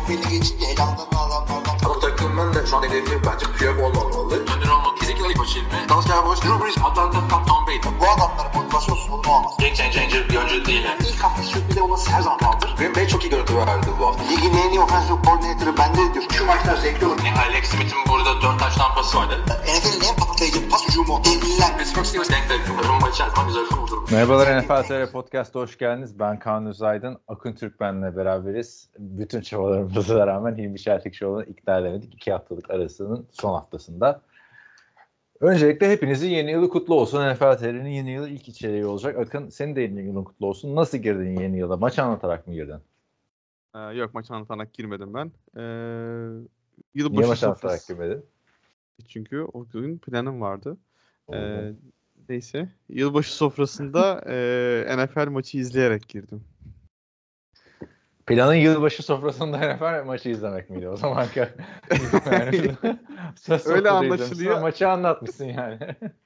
belli geçince elamdan adamlardan. Ama bu takımın da şu an hedefi bence playoff olmamalı. Önder olmak. Ezekiel Elliott başarılı. Dallas Cowboys, Drew Brees, Atlanta, Tom Brady. Bu adamların motivasyonsuz bunu olmaz. Game changer bir oyuncu değil. İlk hafta sürprize olması her zaman kaldır. Green Bay çok iyi görüntü verdi bu hafta. Ligin en iyi offensive coordinator'ı bende diyor. Şu maçlar zevkli olur. Alex Smith'in burada 4 taş tampası vardı. NFL'in en patlayıcı pas hücumu. Devliler. Pittsburgh Steelers denk denk. Rumba içerisinde güzel vurdu. Merhabalar NFL TR Podcast'a hoş geldiniz. Ben Kaan Özaydın. Akın Türkmen'le beraberiz. Bütün çabalarımıza rağmen Hilmi Şeltik Show'unu ikna edemedik. 2 haftalık arasının son haftasında. Öncelikle hepinizin yeni yılı kutlu olsun. NFL TR'nin yeni yılı ilk içeriği olacak. Akın senin de yeni yılın kutlu olsun. Nasıl girdin yeni yıla? Maç anlatarak mı girdin? Yok, maç anlatarak girmedim ben. Niye maç anlatarak girmedin? Çünkü o gün planım vardı. Neyse. Yılbaşı sofrasında NFL maçı izleyerek girdim. Planın yılbaşı sofrasında NFL maçı izlemek miydi o zaman? Yani, öyle anlaşılıyor. Maçı anlatmışsın yani.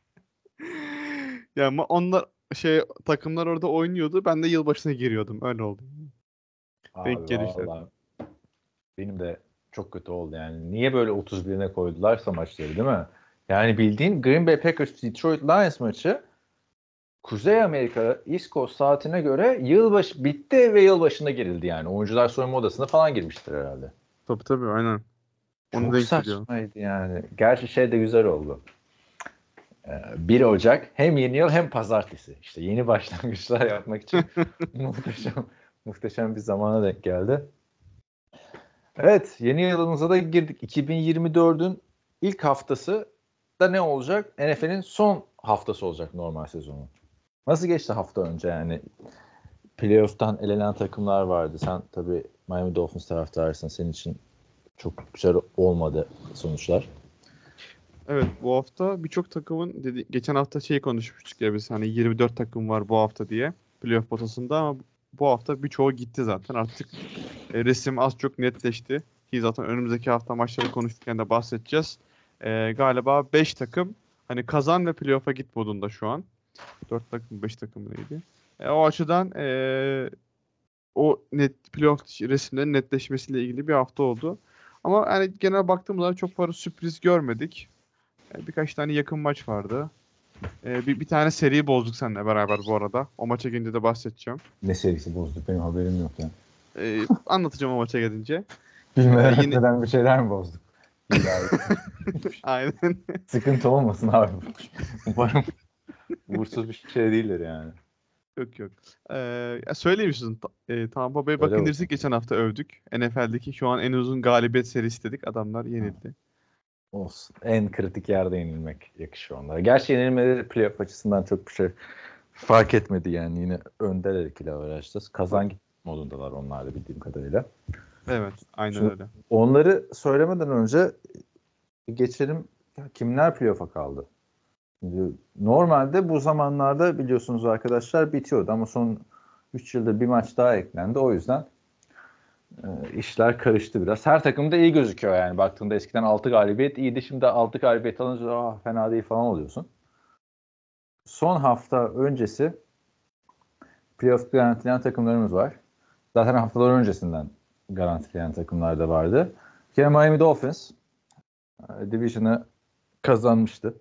Ya onlar takımlar orada oynuyordu. Ben de yılbaşına giriyordum. Öyle oldu. Denk gelişler. Benim de çok kötü oldu yani. Niye böyle 31'ine koydularsa maçları, değil mi? Yani bildiğin Green Bay Packers Detroit Lions maçı Kuzey Amerika East Coast saatine göre yılbaşı bitti ve yılbaşına girildi yani. Oyuncular soyunma odasına falan girmiştir herhalde. Tabii aynen. Onu çok saçmaydı yani. Gerçi şey de güzel oldu. 1 Ocak hem yeni yıl hem pazartesi. İşte yeni başlangıçlar yapmak için muhteşem bir zamana denk geldi. Evet, yeni yılımıza da girdik. 2024'ün ilk haftası da ne olacak? NFL'in son haftası olacak normal sezonun. Nasıl geçti hafta önce yani? Playoff'tan elenen takımlar vardı. Sen tabii Miami Dolphins taraftarısın. Senin için çok güzel olmadı sonuçlar. Evet, bu hafta birçok takımın geçen hafta konuşmuştuk ya biz, hani 24 takım var bu hafta diye playoff potasında, ama bu hafta birçoğu gitti zaten. Artık resim az çok netleşti. Ki zaten önümüzdeki hafta maçları konuşurken de bahsedeceğiz. Galiba 5 takım hani kazan ve playoff'a git modunda şu an. 4 takım 5 takım neydi? O açıdan o playoff resimlerin netleşmesiyle ilgili bir hafta oldu. Ama yani genel baktığımızda çok fazla sürpriz görmedik. Birkaç tane yakın maç vardı. Bir tane seri bozduk seninle beraber bu arada. O maça gelince de bahsedeceğim. Ne serisi bozduk? Benim haberim yok yani. Anlatacağım o maça gelince. Bilmeden bir şeyler mi bozduk? Aynen. Sıkıntı olmasın abi. Umarım uğursuz bir şey değildir yani. Yok. Söyleyeyim Tampa Bay Buccaneers'ı geçen hafta övdük. NFL'deki şu an en uzun galibiyet serisi dedik. Adamlar yenildi. Olsun. En kritik yerde yenilmek yakışıyor onlara. Gerçi yenilmeleri playoff açısından çok bir şey fark etmedi yani. Yine öndeler ikili averajda. Kazan git modundalar onlar da bildiğim kadarıyla. Evet. Aynen öyle. Onları söylemeden önce geçelim. Kimler playoff'a kaldı? Normalde bu zamanlarda biliyorsunuz arkadaşlar bitiyordu ama son 3 yılda bir maç daha eklendi. O yüzden işler karıştı biraz. Her takımda iyi gözüküyor yani. Baktığında eskiden 6 galibiyet iyiydi. Şimdi 6 galibiyet alınca fena değil falan oluyorsun. Son hafta öncesi playoff garantileyen takımlarımız var. Zaten haftalar öncesinden garantileyen takımlar da vardı. Bir kere Miami Dolphins Division'ı kazanmıştı.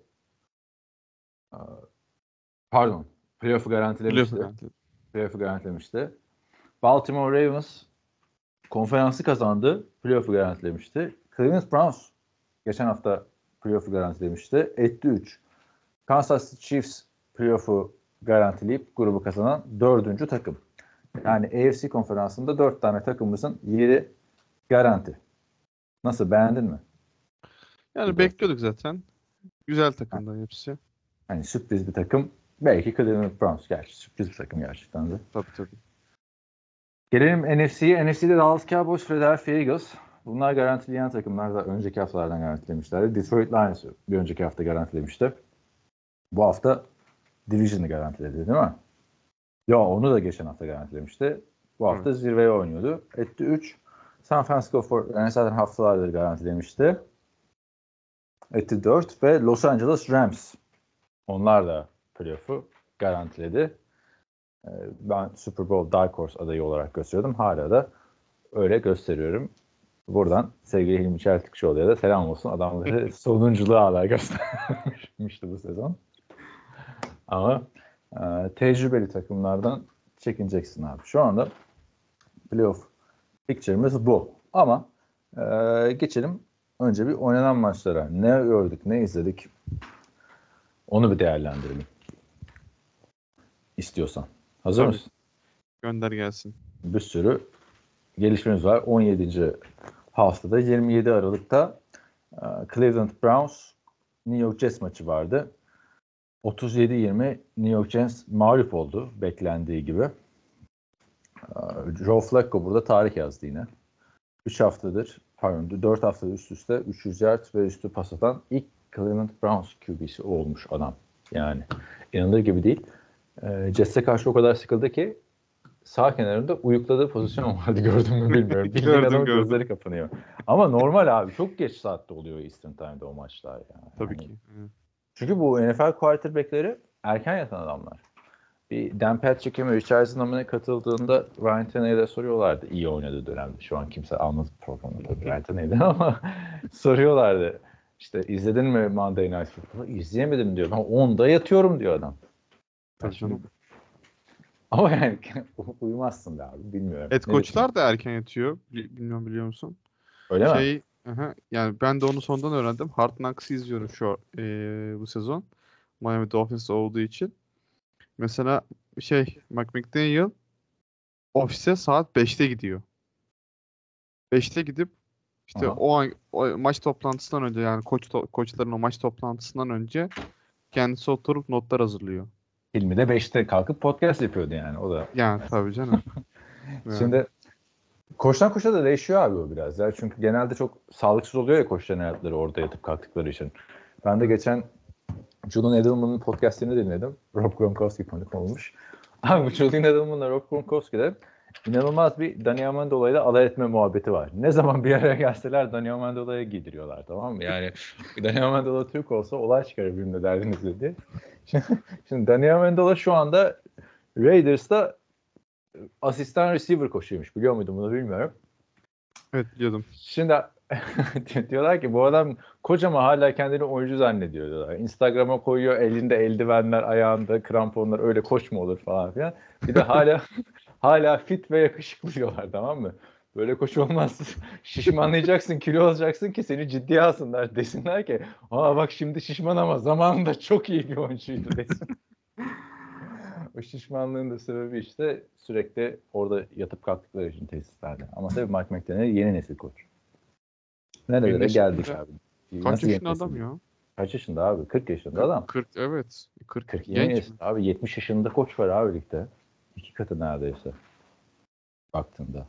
Pardon. Playoff'u garantilemişti. Baltimore Ravens konferansı kazandı. Playoff'u garantilemişti. Cleveland Browns geçen hafta playoff'u garantilemişti. Etti 3. Kansas City Chiefs playoff'u garantileyip grubu kazanan 4. takım. Yani AFC konferansında 4 tane takımımızın yeri garanti. Nasıl, beğendin mi? Yani bekliyorduk zaten. Güzel takımlar hepsi. Hani sürpriz bir takım. Belki Cleveland Browns. Gerçi sürpriz bir takım gerçekten de. Tabii. Gelelim NFC'ye. NFC'de Dallas Cowboys, Philadelphia Eagles. Bunlar garantileyen takımlar da önceki haftalardan garantilemişlerdi. Detroit Lions bir önceki hafta garantilemişti. Bu hafta Division'ı garantiledi değil mi? Ya onu da geçen hafta garantilemişti. Bu hafta zirveye oynuyordu. Etti 3. San Francisco yani zaten haftalardır garantilemişti. Etti 4 ve Los Angeles Rams. Onlar da playoff'u garantiledi. Ben Super Bowl Dark Horse adayı olarak gösteriyordum. Hala da öyle gösteriyorum. Buradan sevgili Hilmi Çeltikçioğlu'ya da selam olsun. Adamları sonunculuğa aday göstermişti bu sezon. Ama tecrübeli takımlardan çekineceksin abi. Şu anda playoff picture'ımız bu. Ama geçelim önce bir oynanan maçlara. Ne gördük, ne izledik? Onu bir değerlendirelim. İstiyorsan. Hazır mısın? Gönder gelsin. Bir sürü gelişmemiz var. 17. haftada 27 Aralık'ta Cleveland Browns New York Jets maçı vardı. 37-20 New York Jets mağlup oldu beklendiği gibi. Joe Flacco burada tarih yazdı yine. 4 haftadır üst üste 300 yard ve üstü pas atan ilk Cleveland Browns QB'si olmuş adam. Yani inanılır gibi değil. Jets'e karşı o kadar sıkıldı ki sağ kenarında uyukladığı pozisyon vardı, gördün mü bilmiyorum. Bildiğin adam gözleri kapanıyor. Ama normal abi. Çok geç saatte oluyor Eastern Time'da o maçlar. Yani. Tabii ki. Çünkü bu NFL quarterback'leri erken yatan adamlar. Bir Dan Patrick'e mi Richardson Hamlin'e katıldığında Ryan Tannehill'e soruyorlardı. İyi oynadığı dönemde. Şu an kimse almadı programda tabii Ryan Tannehill'den ama soruyorlardı. İşte izledin mi Monday Night Football'u? İzleyemedim diyor. Ben 10'da yatıyorum diyor adam. Ama yani uyumazsın be abi. Bilmiyorum. Evet, koçlar da erken yatıyor. Bilmiyorum, biliyor musun? Öyle mi? Yani ben de onu sondan öğrendim. Hard Knocks'ı izliyorum bu sezon. Miami Dolphins olduğu için. Mesela McDaniel ofise saat 5'te gidiyor. 5'te gidip işte o maç toplantısından önce, yani koçların o maç toplantısından önce kendisi oturup notlar hazırlıyor. Hilmi de 5'te kalkıp podcast yapıyordu yani. O da. Yani tabii canım. Şimdi koçtan koça da değişiyor abi o biraz. Yani çünkü genelde çok sağlıksız oluyor ya koçların hayatları orada yatıp kalktıkları için. Ben de geçen Julian Edelman'ın podcastini dinledim. Rob Gronkowski konuk olmuş. Abi bu Julian Edelman'la Rob Gronkowski'de inanılmaz bir Danny Amendola'yla alay etme muhabbeti var. Ne zaman bir araya gelseler Danny Amendola'ya giydiriyorlar, tamam mı? Yani Danny Amendola Türk olsa olay çıkarır benimle derdiniz dedi. Şimdi Danny Amendola şu anda Raiders'ta asistan receiver koşuyormuş. Biliyor muydun bunu, bilmiyorum. Evet, biliyordum. Şimdi diyorlar ki bu adam kocaman hala kendini oyuncu zannediyor diyorlar. Instagram'a koyuyor, elinde eldivenler, ayağında kramponlar, öyle koç mu olur falan filan. Bir de hala fit ve yakışıklı diyorlar, tamam mı? Böyle koç olmaz. Şişmanlayacaksın, kilo alacaksın ki seni ciddiye alsınlar. Desinler ki bak şimdi şişman ama zamanında çok iyi bir oyuncuydu desin. O şişmanlığın da sebebi işte sürekli orada yatıp kalktıkları için tesislerde. Ama tabii Mike McDaniel yeni nesil koç. Nerelere geldik abi. Kaç yaşında adam ya? Kaç yaşında abi? 40 yaşında adam. 40, evet. 40 genç yaşında. Abi 70 yaşında koç var abi ligde. 2 katı neredeyse. Baktığında.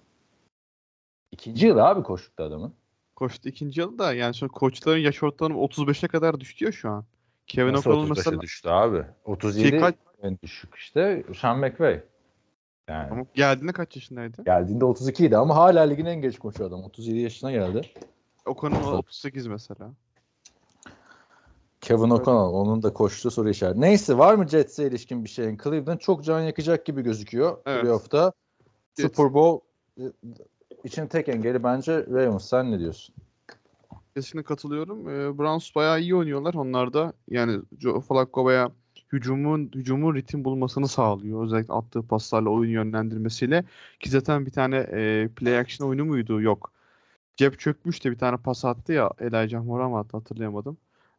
2. yıl abi koştukta adamın. Koştu 2. yıl da, yani şu koçların yaş ortalaması 35'e kadar düştü ya şu an. Kevin O'Connell mesela düştü abi. 37 en düşük işte. Sean McVay. Yani. Ama geldiğinde kaç yaşındaydı? Geldiğinde 32 idi ama hala ligin en genç koçu adam. 37 yaşına geldi. O'Connell 38 mesela. Kevin O'Connell, onun da koştuğu soru işareti. Neyse, var mı Jets'e ilişkin bir şeyin? Cleveland çok can yakacak gibi gözüküyor. Evet. Playoff'ta. Super Bowl için tek engeli bence Ravens. Sen ne diyorsun? Kesinlikle katılıyorum. Browns bayağı iyi oynuyorlar. Onlar da yani Joe Flacco bayağı hücumun ritim bulmasını sağlıyor. Özellikle attığı paslarla oyun yönlendirmesiyle. Ki zaten bir tane play action oyunu muydu? Yok. Cep çökmüş de bir tane pas attı ya. Elijah Moore'a mı attı, hatırlayamadım.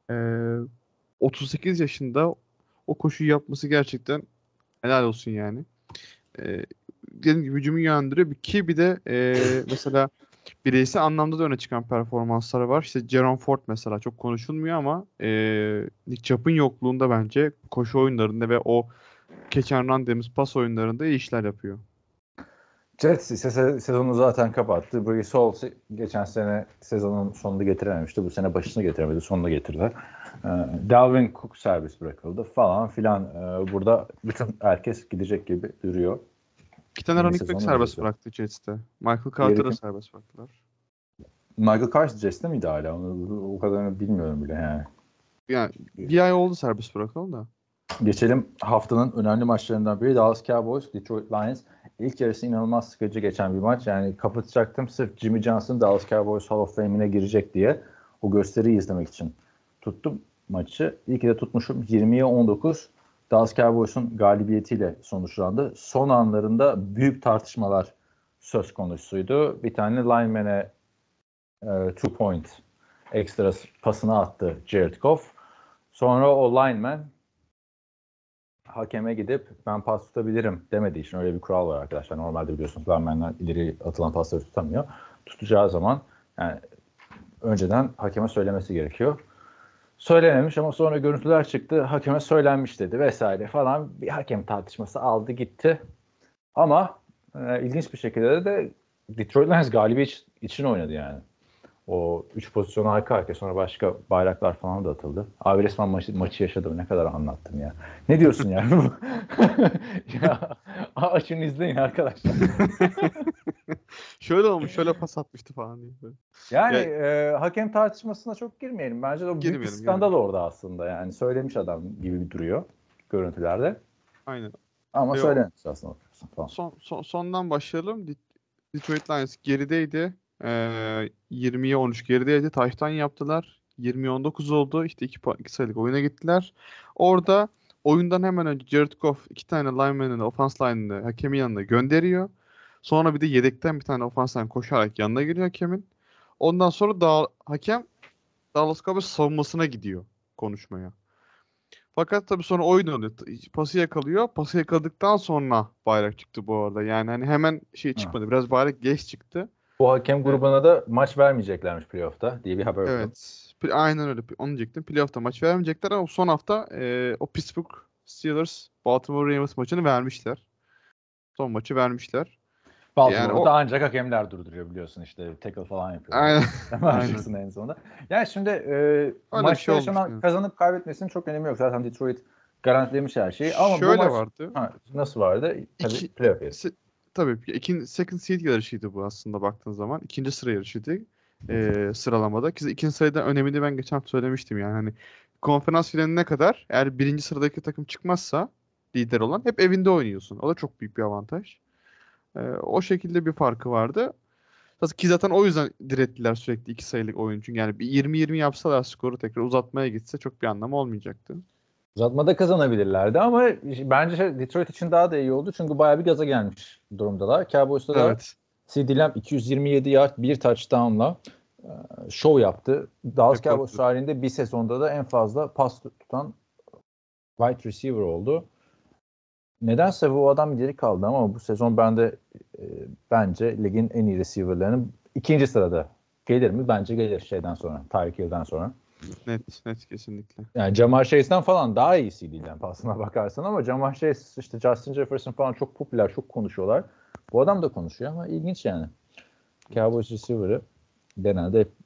38 yaşında o koşuyu yapması gerçekten helal olsun yani. Dediğim gibi hücumu yönlendiriyor. Ki bir de mesela bireysel anlamda da öne çıkan performansları var. İşte Jerome Ford mesela çok konuşulmuyor ama Nick Chubb'ın yokluğunda bence koşu oyunlarında ve o catch and run dediğimiz pas oyunlarında iyi işler yapıyor. Jets ise sezonu zaten kapattı. Breece Hall geçen sene sezonun sonunda getirememişti. Bu sene başını getiremedi. Sonunda getirdiler. Dalvin Cook serbest bırakıldı falan filan. Burada bütün herkes gidecek gibi duruyor. 2 tane running back serbest bıraktı Jets'te. Michael Carter'ı serbest bıraktılar. Michael Carter Jets'te miydi hala? Onu o kadarını bilmiyorum bile yani. Yani bir ay oldu serbest bırakalım da. Geçelim haftanın önemli maçlarından biri. Dallas Cowboys, Detroit Lions. ilk yarısı inanılmaz sıkıcı geçen bir maç. Yani kapatacaktım sırf Jimmy Johnson Dallas Cowboys Hall of Fame'ine girecek diye. O gösteriyi izlemek için tuttum maçı. İyi ki de tutmuşum. 20'ye 19 Dallas Cowboys'un galibiyetiyle sonuçlandı. Son anlarında büyük tartışmalar söz konusuydu. Bir tane lineman'e 2 point ekstra pasını attı Jared Goff. Sonra o lineman hakeme gidip ben pas tutabilirim demediği için öyle bir kural var arkadaşlar. Normalde biliyorsunuz lineman'ler ileri atılan pasları tutamıyor. Tutacağı zaman yani önceden hakeme söylemesi gerekiyor. Söylememiş ama sonra görüntüler çıktı. Hakeme söylenmiş dedi vesaire falan. Bir hakem tartışması aldı gitti. Ama ilginç bir şekilde de Detroit Lions galibiyet için oynadı yani. O 3 pozisyonu arka arkaya sonra başka bayraklar falan da atıldı. Abi resmen maçı yaşadım. Ne kadar anlattım ya. Ne diyorsun ya? Ya açın izleyin arkadaşlar. Şöyle olmuş, şöyle pas atmıştı falan diye. Böyle. Yani hakem tartışmasına çok girmeyelim. Bence de büyük bir skandal orada aslında. Yani söylemiş adam gibi duruyor görüntülerde. Aynen. Ama söylememiş aslında. Sondan başlayalım. Detroit Lions gerideydi. 20'ye 13 gerideydi. Touchdown yaptılar. 20'ye 19 oldu. İşte 2 sayılık oyuna gittiler. Orada oyundan hemen önce Jared Goff 2 tane lineman'ını offense line'ını hakemin yanına gönderiyor. Sonra bir de yedekten bir tane offense line koşarak yanına geliyor hakemin. Ondan sonra hakem Dallas Cowboys savunmasına gidiyor konuşmaya. Fakat tabii sonra oyun oluyor. Pası yakalıyor. Pası yakaladıktan sonra bayrak çıktı bu arada. Yani hani hemen çıkmadı. Biraz bayrak geç çıktı. Bu hakem grubuna da maç vermeyeceklermiş playoff'ta diye bir haber oldu. Evet. Aynen öyle. Onu diyecektim. Playoff'ta maç vermeyecekler ama son hafta o Pittsburgh Steelers Baltimore Ravens maçını vermişler. Son maçı vermişler. Baltimore'da yani ancak hakemler durduruyor biliyorsun işte tackle falan yapıyor. Aynen. Aynen. En sonunda. Yani şimdi maçta şey yaşanan kazanıp kaybetmesinin çok önemi yok. Zaten Detroit garantilemiş her şeyi. Ama şöyle bu maç vardı. Nasıl vardı? Tabii playoff yarışı. Tabii. Second seed yarışıydı bu aslında baktığın zaman. İkinci sıra yarışıydı. Sıralamada. Ki ikinci sıradan önemini ben geçen hafta söylemiştim yani. Hani konferans finaline kadar eğer birinci sıradaki takım çıkmazsa lider olan hep evinde oynuyorsun. O da çok büyük bir avantaj. O şekilde bir farkı vardı. Ki zaten o yüzden direttiler sürekli 2 sayılık oyun. Çünkü yani bir 20-20 yapsalar skoru tekrar uzatmaya gitse çok bir anlamı olmayacaktı. Uzatmada kazanabilirlerdi ama bence Detroit için daha da iyi oldu. Çünkü bayağı bir gaza gelmiş durumdalar. Cowboys'ta da CeeDee Lamb 227 yard bir touchdown'la şov yaptı. Dallas Cowboys tarihinde bir sezonda da en fazla pas tutan wide receiver oldu. Nedense bu adam geri kaldı ama bu sezon bence ligin en iyi receiver'larının ikinci sırada gelir mi? Bence gelir şeyden sonra. Tyreek Hill'den sonra. Net kesinlikle. Yani Jamar Chase'den falan daha iyisi değil aslına bakarsan ama Jamar Chase işte Justin Jefferson falan çok popüler, çok konuşuyorlar. Bu adam da konuşuyor ama ilginç yani. Cowboys receiver'ı genelde hep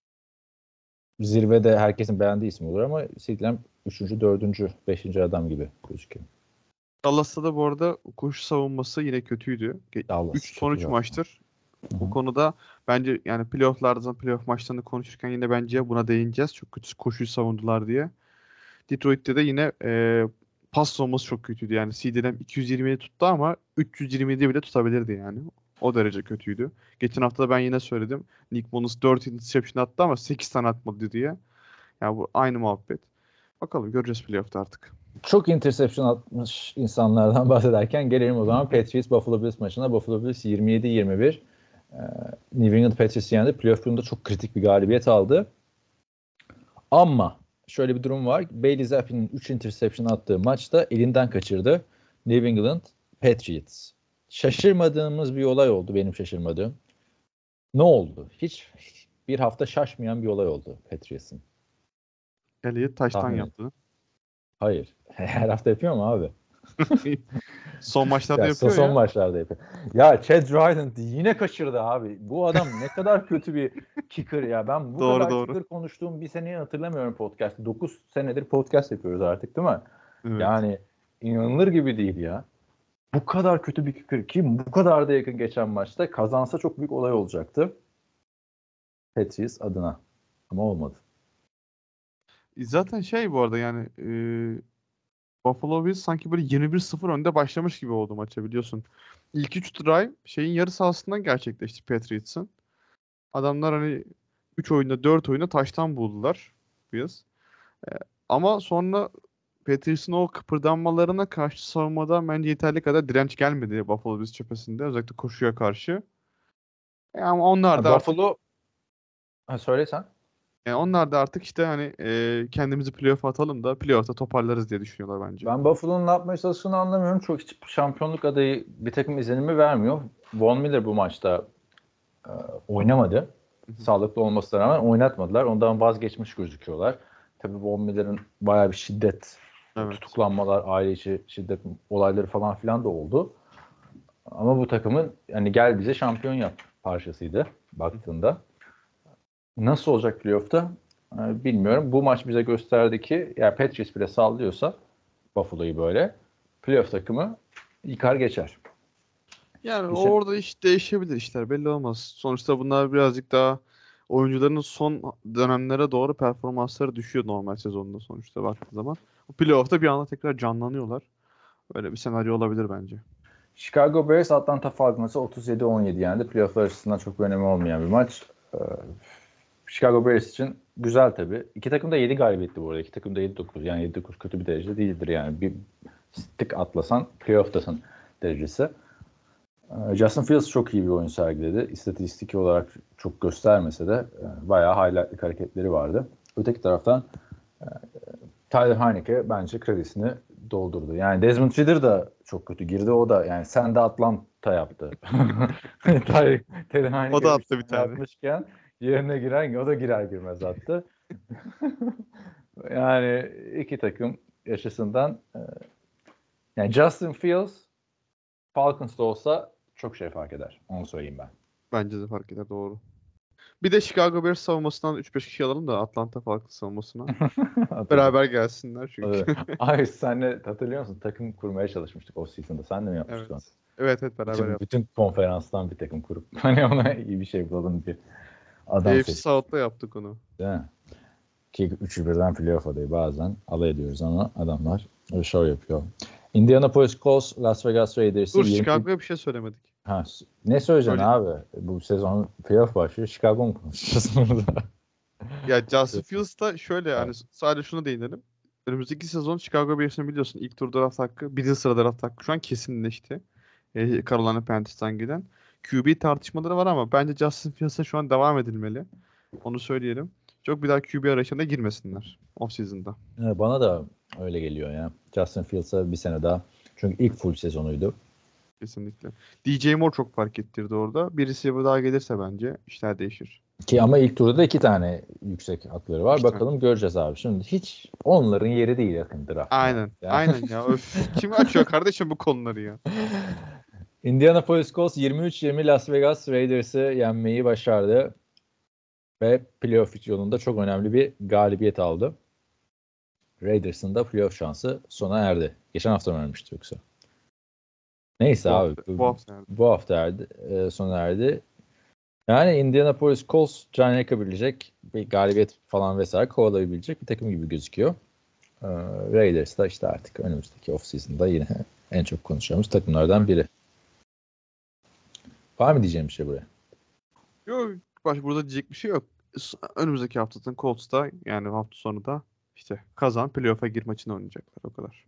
zirvede herkesin beğendiği isim olur ama CeeDee Lamb 3. 4. 5. adam gibi gözüküyor. Dallas'ta da bu arada koşu savunması yine kötüydü. 3 son 3 maçtır. Bu konuda bence yani playoff maçlarını konuşurken yine bence buna değineceğiz. Çok kötü koşuyu savundular diye. Detroit'te de yine pas savunması çok kötüydü. Yani CeeDee'den 227 tuttu ama 327 bile tutabilirdi yani. O derece kötüydü. Geçen hafta da ben yine söyledim. Nick Mullins 4 interception attı ama 8 tane atmadı diye. Yani bu aynı muhabbet. Bakalım göreceğiz playoff'ta artık. Çok interception atmış insanlardan bahsederken gelelim o zaman Patriots Buffalo Bills maçına. Buffalo Bills 27-21 New England Patriots'ı yendi. Playoff yolunda çok kritik bir galibiyet aldı. Ama şöyle bir durum var. Bailey Zappi'nin 3 interception attığı maçta elinden kaçırdı New England Patriots. Şaşırmadığımız bir olay oldu benim şaşırmadığım. Ne oldu? Hiç bir hafta şaşmayan bir olay oldu Patriots'ın. Elliot taştan yaptı. Hayır. Her hafta yapıyor mu abi? Son maçlarda yapıyor son maçlarda yapıyor. Ya Chad Ryland yine kaçırdı abi. Bu adam ne kadar kötü bir kicker ya. Ben bu kadar kicker konuştuğum bir seneyi hatırlamıyorum podcast'te. 9 senedir podcast yapıyoruz artık değil mi? Evet. Yani inanılır gibi değil ya. Bu kadar kötü bir kicker kim? Bu kadar da yakın geçen maçta kazansa çok büyük olay olacaktı. Patriots adına. Ama olmadı. Zaten bu arada yani Buffalo Bills sanki böyle 21-0 önde başlamış gibi oldu maça, biliyorsun. İlk 3 drive şeyin yarı sahasından gerçekleşti Patriots'ın. Adamlar hani 3 oyunda 4 oyunda taştan buldular Bills. Ama sonra Patriots'ın o kıpırdanmalarına karşı savunmada bence yeterli kadar direnç gelmedi Buffalo Bills cephesinde. Özellikle koşuya karşı. Ama onlar da artık, Buffalo söyle sen. yani onlar da artık işte hani kendimizi playoff'a atalım da playoff'ta toparlarız diye düşünüyorlar bence. Ben Buffalo'nun ne yapmaya çalıştığını anlamıyorum. Çok hiç şampiyonluk adayı bir takım izlenimi vermiyor. Von Miller bu maçta oynamadı. Sağlıklı olmasına rağmen oynatmadılar. Ondan vazgeçmiş gözüküyorlar. Tabii Von Miller'ın bayağı bir şiddet, Evet. tutuklanmalar, aile içi şiddet olayları falan filan da oldu. Ama bu takımın yani gel bize şampiyon yap parçasıydı baktığında. Nasıl olacak playoff'ta bilmiyorum. Bu maç bize gösterdi ki yani Patriots bile sallıyorsa Buffalo'yu böyle playoff takımı yıkar geçer. Yani Geçen- orada iş değişebilir, işler belli olmaz. Sonuçta bunlar birazcık daha oyuncuların son dönemlere doğru performansları düşüyor normal sezonda sonuçta baktığın zaman. Bu playoff'ta bir anda tekrar canlanıyorlar. Öyle bir senaryo olabilir bence. Chicago Bears Atlanta Falcons'ı 37-17 yendi. Playoff'lar açısından çok bir önemi olmayan bir maç. Chicago Bears için güzel tabii. İki takım da 7 galibiyetti bu arada. İki takım da 7-9. Yani 7-9 kötü bir derece değildir yani. Bir tık atlasan playoff'tasın derecesi. Justin Fields çok iyi bir oyun sergiledi. İstatistik olarak çok göstermese de bayağı highlight'lik hareketleri vardı. Öteki taraftan Tyler Heineke bence kredisini doldurdu. Yani Desmond Ridder da çok kötü girdi. O da yani sen de Atlanta yaptı. Tyler Heineke O da üç attı bir tane tane. atmışken yerine giren o da girer girmez attı. Yani iki takım açısından yani Justin Fields Falcons'ta olsa çok şey fark eder. Onu söyleyeyim ben. Bence de fark eder, doğru. Bir de Chicago Bears savunmasından 3-5 kişi alalım da Atlanta Falcons savunmasına. Beraber gelsinler çünkü. Ay senle hatırlıyor musun? Takım kurmaya çalışmıştık o season'da. Sen de mi yapmıştın? Evet. Evet beraber yaptık. Bütün konferanstan bir takım kurup hani ona iyi bir şey bulalım bir adam AFC seçtik. South'ta yaptık onu. Değil mi? Ki üçü birden playoff adayı bazen alay ediyoruz ama adamlar show yapıyor. Indianapolis Colts Las Vegas Raiders'ı Dur, Chicago'ya bir şey söylemedik. Ne söyleyeceksin Öyle. abi? Bu sezon playoff başlıyor. Chicago mu konuşacağız burada? Ya Justin Fields'ta şöyle yani sadece şunu değinelim. Önümüzdeki sezon Chicago Bears'ını biliyorsun. İlk tur draft hakkı, birinci sıra draft hakkı şu an kesinleşti. Carolina Panthers'tan giden. QB tartışmaları var ama bence Justin Fields'a şu an devam edilmeli. Onu söyleyelim. Çok bir daha QB arayışına girmesinler off-season'da. Evet, bana da öyle geliyor ya. Justin Fields'a bir sene daha. Çünkü ilk full sezonuydu. Kesinlikle. DJ Moore çok fark ettirdi orada. Bir receiver daha gelirse bence işler değişir. Ki ama ilk turda da 2 tane yüksek hakları var. İşte. Bakalım göreceğiz abi. Şimdi hiç onların yeri değil yakın draft. Aynen. Yani. Aynen ya. Öf. Kim açıyor kardeşim bu konuları ya? Indianapolis Colts 23-20 Las Vegas Raiders'ı yenmeyi başardı. Ve playoff yolunda çok önemli bir galibiyet aldı. Raiders'ın da playoff şansı sona erdi. Geçen hafta mı ermişti yoksa? Neyse Bu abi. hafta, bu hafta erdi. Bu hafta erdi, sona erdi. Yani Indianapolis Colts can yakabilecek bir galibiyet falan vesaire kovalayabilecek bir takım gibi gözüküyor. Raiders da işte artık önümüzdeki off-season'da yine en çok konuşacağımız takımlardan biri. Var mı diyeceğim bir şey buraya? Yok, burada diyecek bir şey yok. Önümüzdeki haftanın Colts'ta yani hafta sonu da işte kazan playoff'a gir maçını oynayacaklar, o kadar.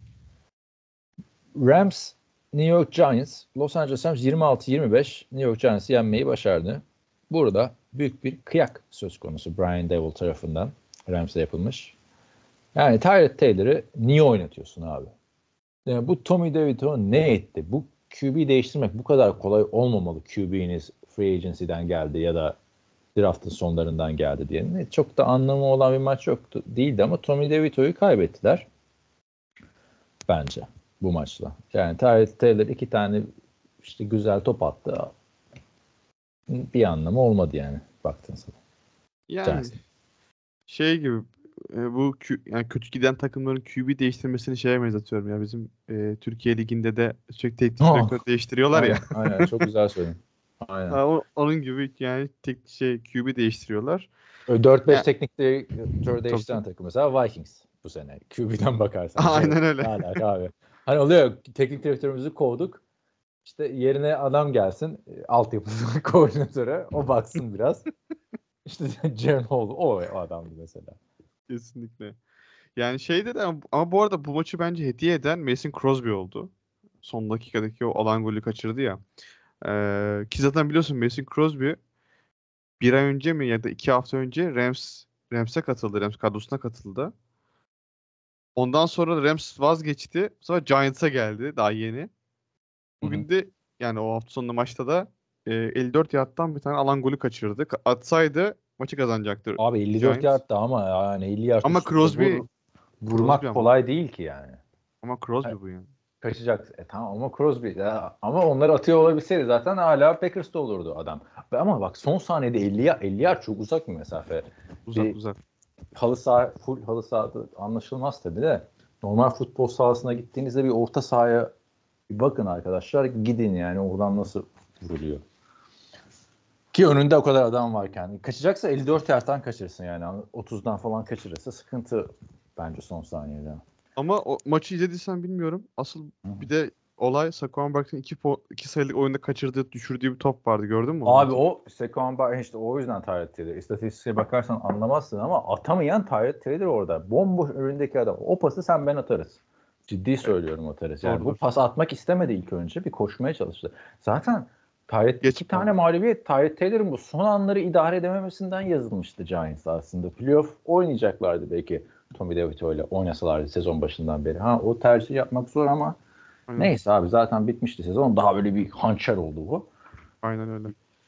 Rams New York Giants, Los Angeles Rams 26-25 New York Giants'ı yenmeyi başardı. Burada büyük bir kıyak söz konusu Brian Daboll tarafından Rams'e yapılmış. Yani Tyrod Taylor'ı niye oynatıyorsun abi? Yani bu Tommy DeVito ne etti? Bu QB değiştirmek bu kadar kolay olmamalı. QB'niz free agency'den geldi ya da draft'ın sonlarından geldi diye. Çok da anlamı olan bir maç yoktu. Değildi ama Tommy DeVito'yu kaybettiler. Bence bu maçla. Yani Tyrod Taylor 2 tane işte güzel top attı. Bir anlamı olmadı yani baktığın zaman. Yani Giants. şey gibi bu yani kötü giden takımların QB değiştirmesini şeye benziyorum ya, bizim Türkiye Ligi'nde de sürekli teknik direktör değiştiriyorlar ya. Aynen çok güzel söyledin. Aynen. Onun gibi yani QB değiştiriyorlar. 4-5 Yani, teknik direktör değiştiren takım mesela Vikings. bu sene. QB'den bakarsan. Aynen öyle. Ne alaka abi. Hani oluyor teknik direktörümüzü kovduk. İşte yerine adam gelsin. Altyapı koordinatörü. O baksın biraz. İşte Jaren Hall o adamdı mesela. Kesinlikle. Yani şeyde de ama bu arada bu maçı bence hediye eden Mason Crosby oldu. Son dakikadaki o alan golü kaçırdı ya. Ki zaten biliyorsun Mason Crosby bir ay önce mi ya da 2 hafta önce Rams'e katıldı. Rams kadrosuna katıldı. Ondan sonra Rams vazgeçti. Sonra Giants'a geldi daha yeni. Bugün de yani o hafta sonu maçta da 54 yardtan bir tane alan golü kaçırdı. Atsaydı maçı kazanacaktı Abi 54 Giants. yard da ama yani 50 yard Ama üstünde Crosby vurmak Crosby kolay değil ki yani. ama Crosby bu yani. Kaçacak. Tamam ama Crosby ya, ama onları atıyor olabilseydi zaten hala Packers'ta olurdu adam. Ama bak son saniyede 50 yard çok uzak bir mesafe. Uzak uzak. Full halı sahada anlaşılmaz tabii de. Normal futbol sahasına gittiğinizde bir orta sahaya bir bakın arkadaşlar. Gidin yani oradan nasıl vuruluyor. Ki önünde o kadar adam varken. Kaçacaksa 54 yardtan kaçırsın yani. 30'dan falan kaçırırsa sıkıntı bence son saniyede. Ama o maçı izlediysen bilmiyorum. Asıl bir de olay Saquon Barkley'in 2 sayılık oyunda kaçırdığı, düşürdüğü bir top vardı. Gördün mü? Abi o Saquon Barkley işte o yüzden Tyrod Taylor. İstatistiğe bakarsan anlamazsın ama atamayan Tyrod Taylor orada. Bomboş önündeki adam. O pası sen ben atarız. Ciddi söylüyorum atarız. Yani Doğrudur. bu pas atmak istemedi ilk önce. Bir koşmaya çalıştı. Zaten Tyrod Geç iki tane mağlubiyet Tyrod Taylor'ın bu son anları idare edememesinden yazılmıştı Giants aslında. Playoff oynayacaklardı belki Tommy DeVito ile oynasalardı sezon başından beri. O tercih yapmak zor ama Aynen. neyse abi zaten bitmişti sezon. Daha böyle bir hançer oldu bu. Aynen öyle.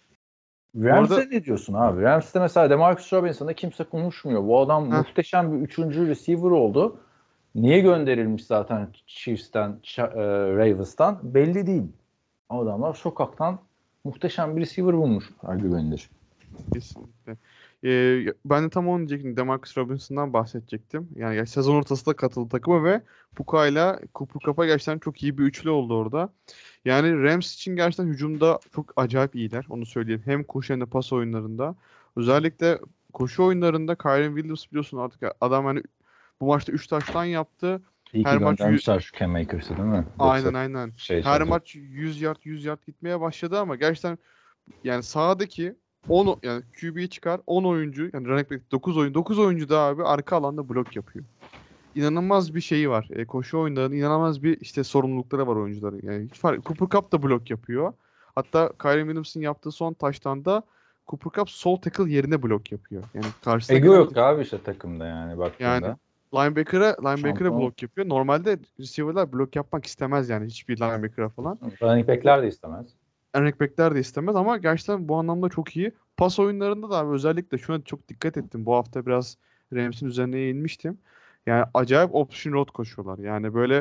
Rams'e ne diyorsun abi? Rams'te mesela Demarcus Robinson'da kimse konuşmuyor. Bu adam muhteşem bir 3. receiver oldu. Niye gönderilmiş zaten Chiefs'ten, Ravens'tan belli değil. Adamlar sokaktan muhteşem bir receiver bulmuş. Güvenilir. Kesinlikle. Ben de tam onu diyecektim. Demarcus Robinson'dan bahsedecektim. Yani sezon ortasında katıldı takıma ve Puka ile Cooper Kupp'a gerçekten çok iyi bir üçlü oldu orada. Yani Rams için gerçekten hücumda çok acayip iyiler. Onu söyleyeyim. Hem koşu hem de pas oyunlarında. Özellikle koşu oyunlarında Kyren Williams biliyorsun artık adam hani bu maçta 3 taştan yaptı. İyi ki Her maç göndermişler şu Cam Akers'ı değil mi? Aynen. Her çalacak. maç 100 yard gitmeye başladı ama gerçekten yani sahadaki 10 yani QB'yi çıkar 10 oyuncu yani running back 9 oyuncu da abi arka alanda blok yapıyor. İnanılmaz bir şeyi var. Koşu oyunlarının inanılmaz bir işte sorumlulukları var oyuncuların. Yani hiç Cooper Kupp da blok yapıyor. Hatta Kyren Williams'ın yaptığı son taştan da Cooper Kupp sol tackle yerine blok yapıyor. Yani karşısına Ego yok abi işte takımda yani baktığında. yani linebacker'a Şampiyon. blok yapıyor. Normalde receiver'lar blok yapmak istemez yani hiçbir linebacker'a falan. Running back'ler de istemez. Running back'ler de istemez ama gerçekten bu anlamda çok iyi. Pas oyunlarında da abi özellikle şuna çok dikkat ettim. Bu hafta biraz Rams'in üzerine eğilmiştim. Yani acayip option road koşuyorlar. Yani böyle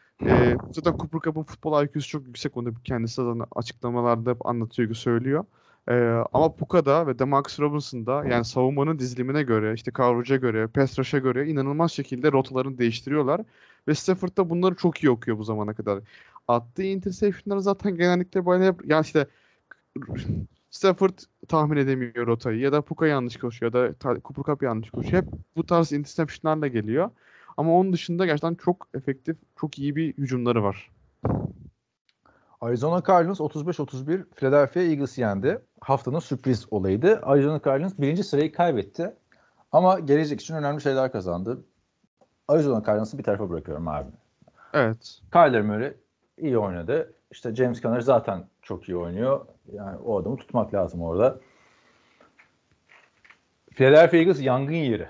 zaten Cooper Kupp'ın futbol IQ'su çok yüksek. Onu kendisi zaten açıklamalarda hep anlatıyor, söylüyor. Ama Puka'da ve Demarcus Robinson'da yani savunmanın dizilimine göre, işte coverage'a göre, pass rush'a göre inanılmaz şekilde rotalarını değiştiriyorlar. Ve Stafford da bunları çok iyi okuyor bu zamana kadar. Attığı interception'ları zaten genellikle böyle hep yani işte Stafford tahmin edemiyor rotayı ya da Puka yanlış koşuyor ya da Cooper Kupp yanlış koşuyor. Hep bu tarz interception'larla geliyor. Ama onun dışında gerçekten çok efektif, çok iyi bir hücumları var. Arizona Cardinals 35-31 Philadelphia Eagles'ı yendi. Haftanın sürpriz olayıydı. Arizona Cardinals 1. sırayı kaybetti. Ama gelecek için önemli şeyler kazandı. Arizona Cardinals'ı bir tarafa bırakıyorum abi. Evet. Kyler Murray iyi oynadı. İşte James Conner zaten çok iyi oynuyor. Yani o adamı tutmak lazım orada. Philadelphia Eagles yangın yeri.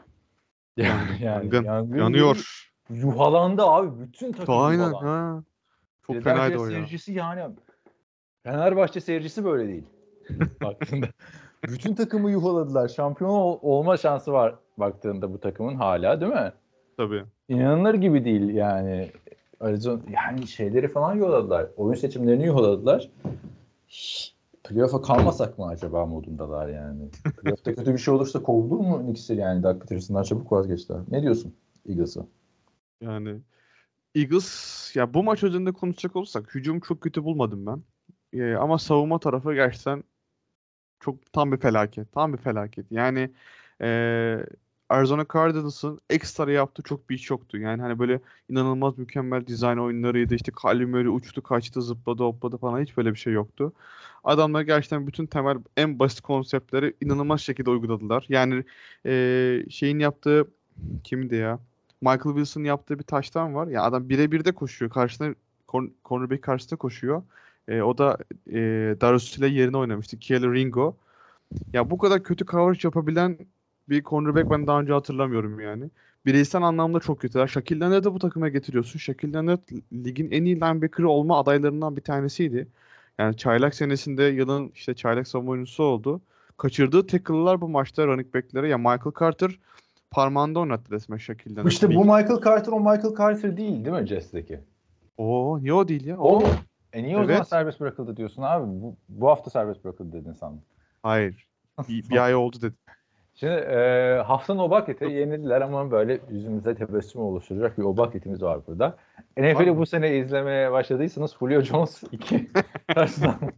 Yanıyor. Yeri yuhalandı abi. Bütün takım Aynen yuhalandı. ha. Çok Philadelphia fenaydı o ya. seyircisi yani Fenerbahçe seyircisi böyle değil. Baktığında. Bütün takımı yuhaladılar. Şampiyon olma şansı var baktığında bu takımın hala değil mi? Tabii. İnanılır gibi değil yani. Arizona yani şeyleri falan yuhaladılar. Oyun seçimlerini yuhaladılar. Playoff'a kalmasak mı acaba modundalar yani. Playoff'ta kötü bir şey olursa kovulur mu Knicks'i yani Doug Peterson'dan çabuk vazgeçtiler. Ne diyorsun Eagles'a? Yani Eagles ya bu maç üzerinde konuşacak olursak hücum çok kötü bulmadım ben. Ama savunma tarafı gerçekten çok tam bir felaket. Tam bir felaket. Yani Arizona Cardinals'ın ekstra yaptığı çok bir iş yoktu. Yani hani böyle inanılmaz mükemmel dizayn oyunlarıydı. İşte Kyler Murray uçtu, kaçtı, zıpladı, hopladı falan, hiç böyle bir şey yoktu. Adamlar gerçekten bütün temel en basit konseptleri inanılmaz şekilde uyguladılar. Yani şeyin yaptığı kimdi ya? Michael Wilson'ın yaptığı bir taştan var. Ya adam birebir de koşuyor. Karşısına cornerback karşısında koşuyor. O da Darius Slay yerine oynamıştı. Kelee Ringo. Ya bu kadar kötü coverage yapabilen bir cornerback ben daha önce hatırlamıyorum yani. Bireysel anlamda çok kötüler. Shaquille Leonard'ı bu takıma getiriyorsun. Shaquille Leonard ligin en iyi linebacker'ı olma adaylarından bir tanesiydi. Yani çaylak senesinde yılın işte çaylak savunma oyuncusu oldu. Kaçırdığı tackle'lar bu maçta running back'lere. Ya Michael Carter parmağında oynattı resmen Shaquille Leonard'ı. İşte bu Michael Carter o Michael Carter değil mi Jets'teki? Oo, niye o değil ya? O mu? Niye o zaman Evet. serbest bırakıldı diyorsun abi? Bu hafta serbest bırakıldı dedin sandım. Hayır. Bir ay oldu dedi. Şimdi haftanın Obaket'i yenildiler ama böyle yüzümüze tebessüm oluşturacak bir Obaket'imiz var burada. NFL'i bu sene izlemeye başladıysanız Julio Jones 2 touchdown.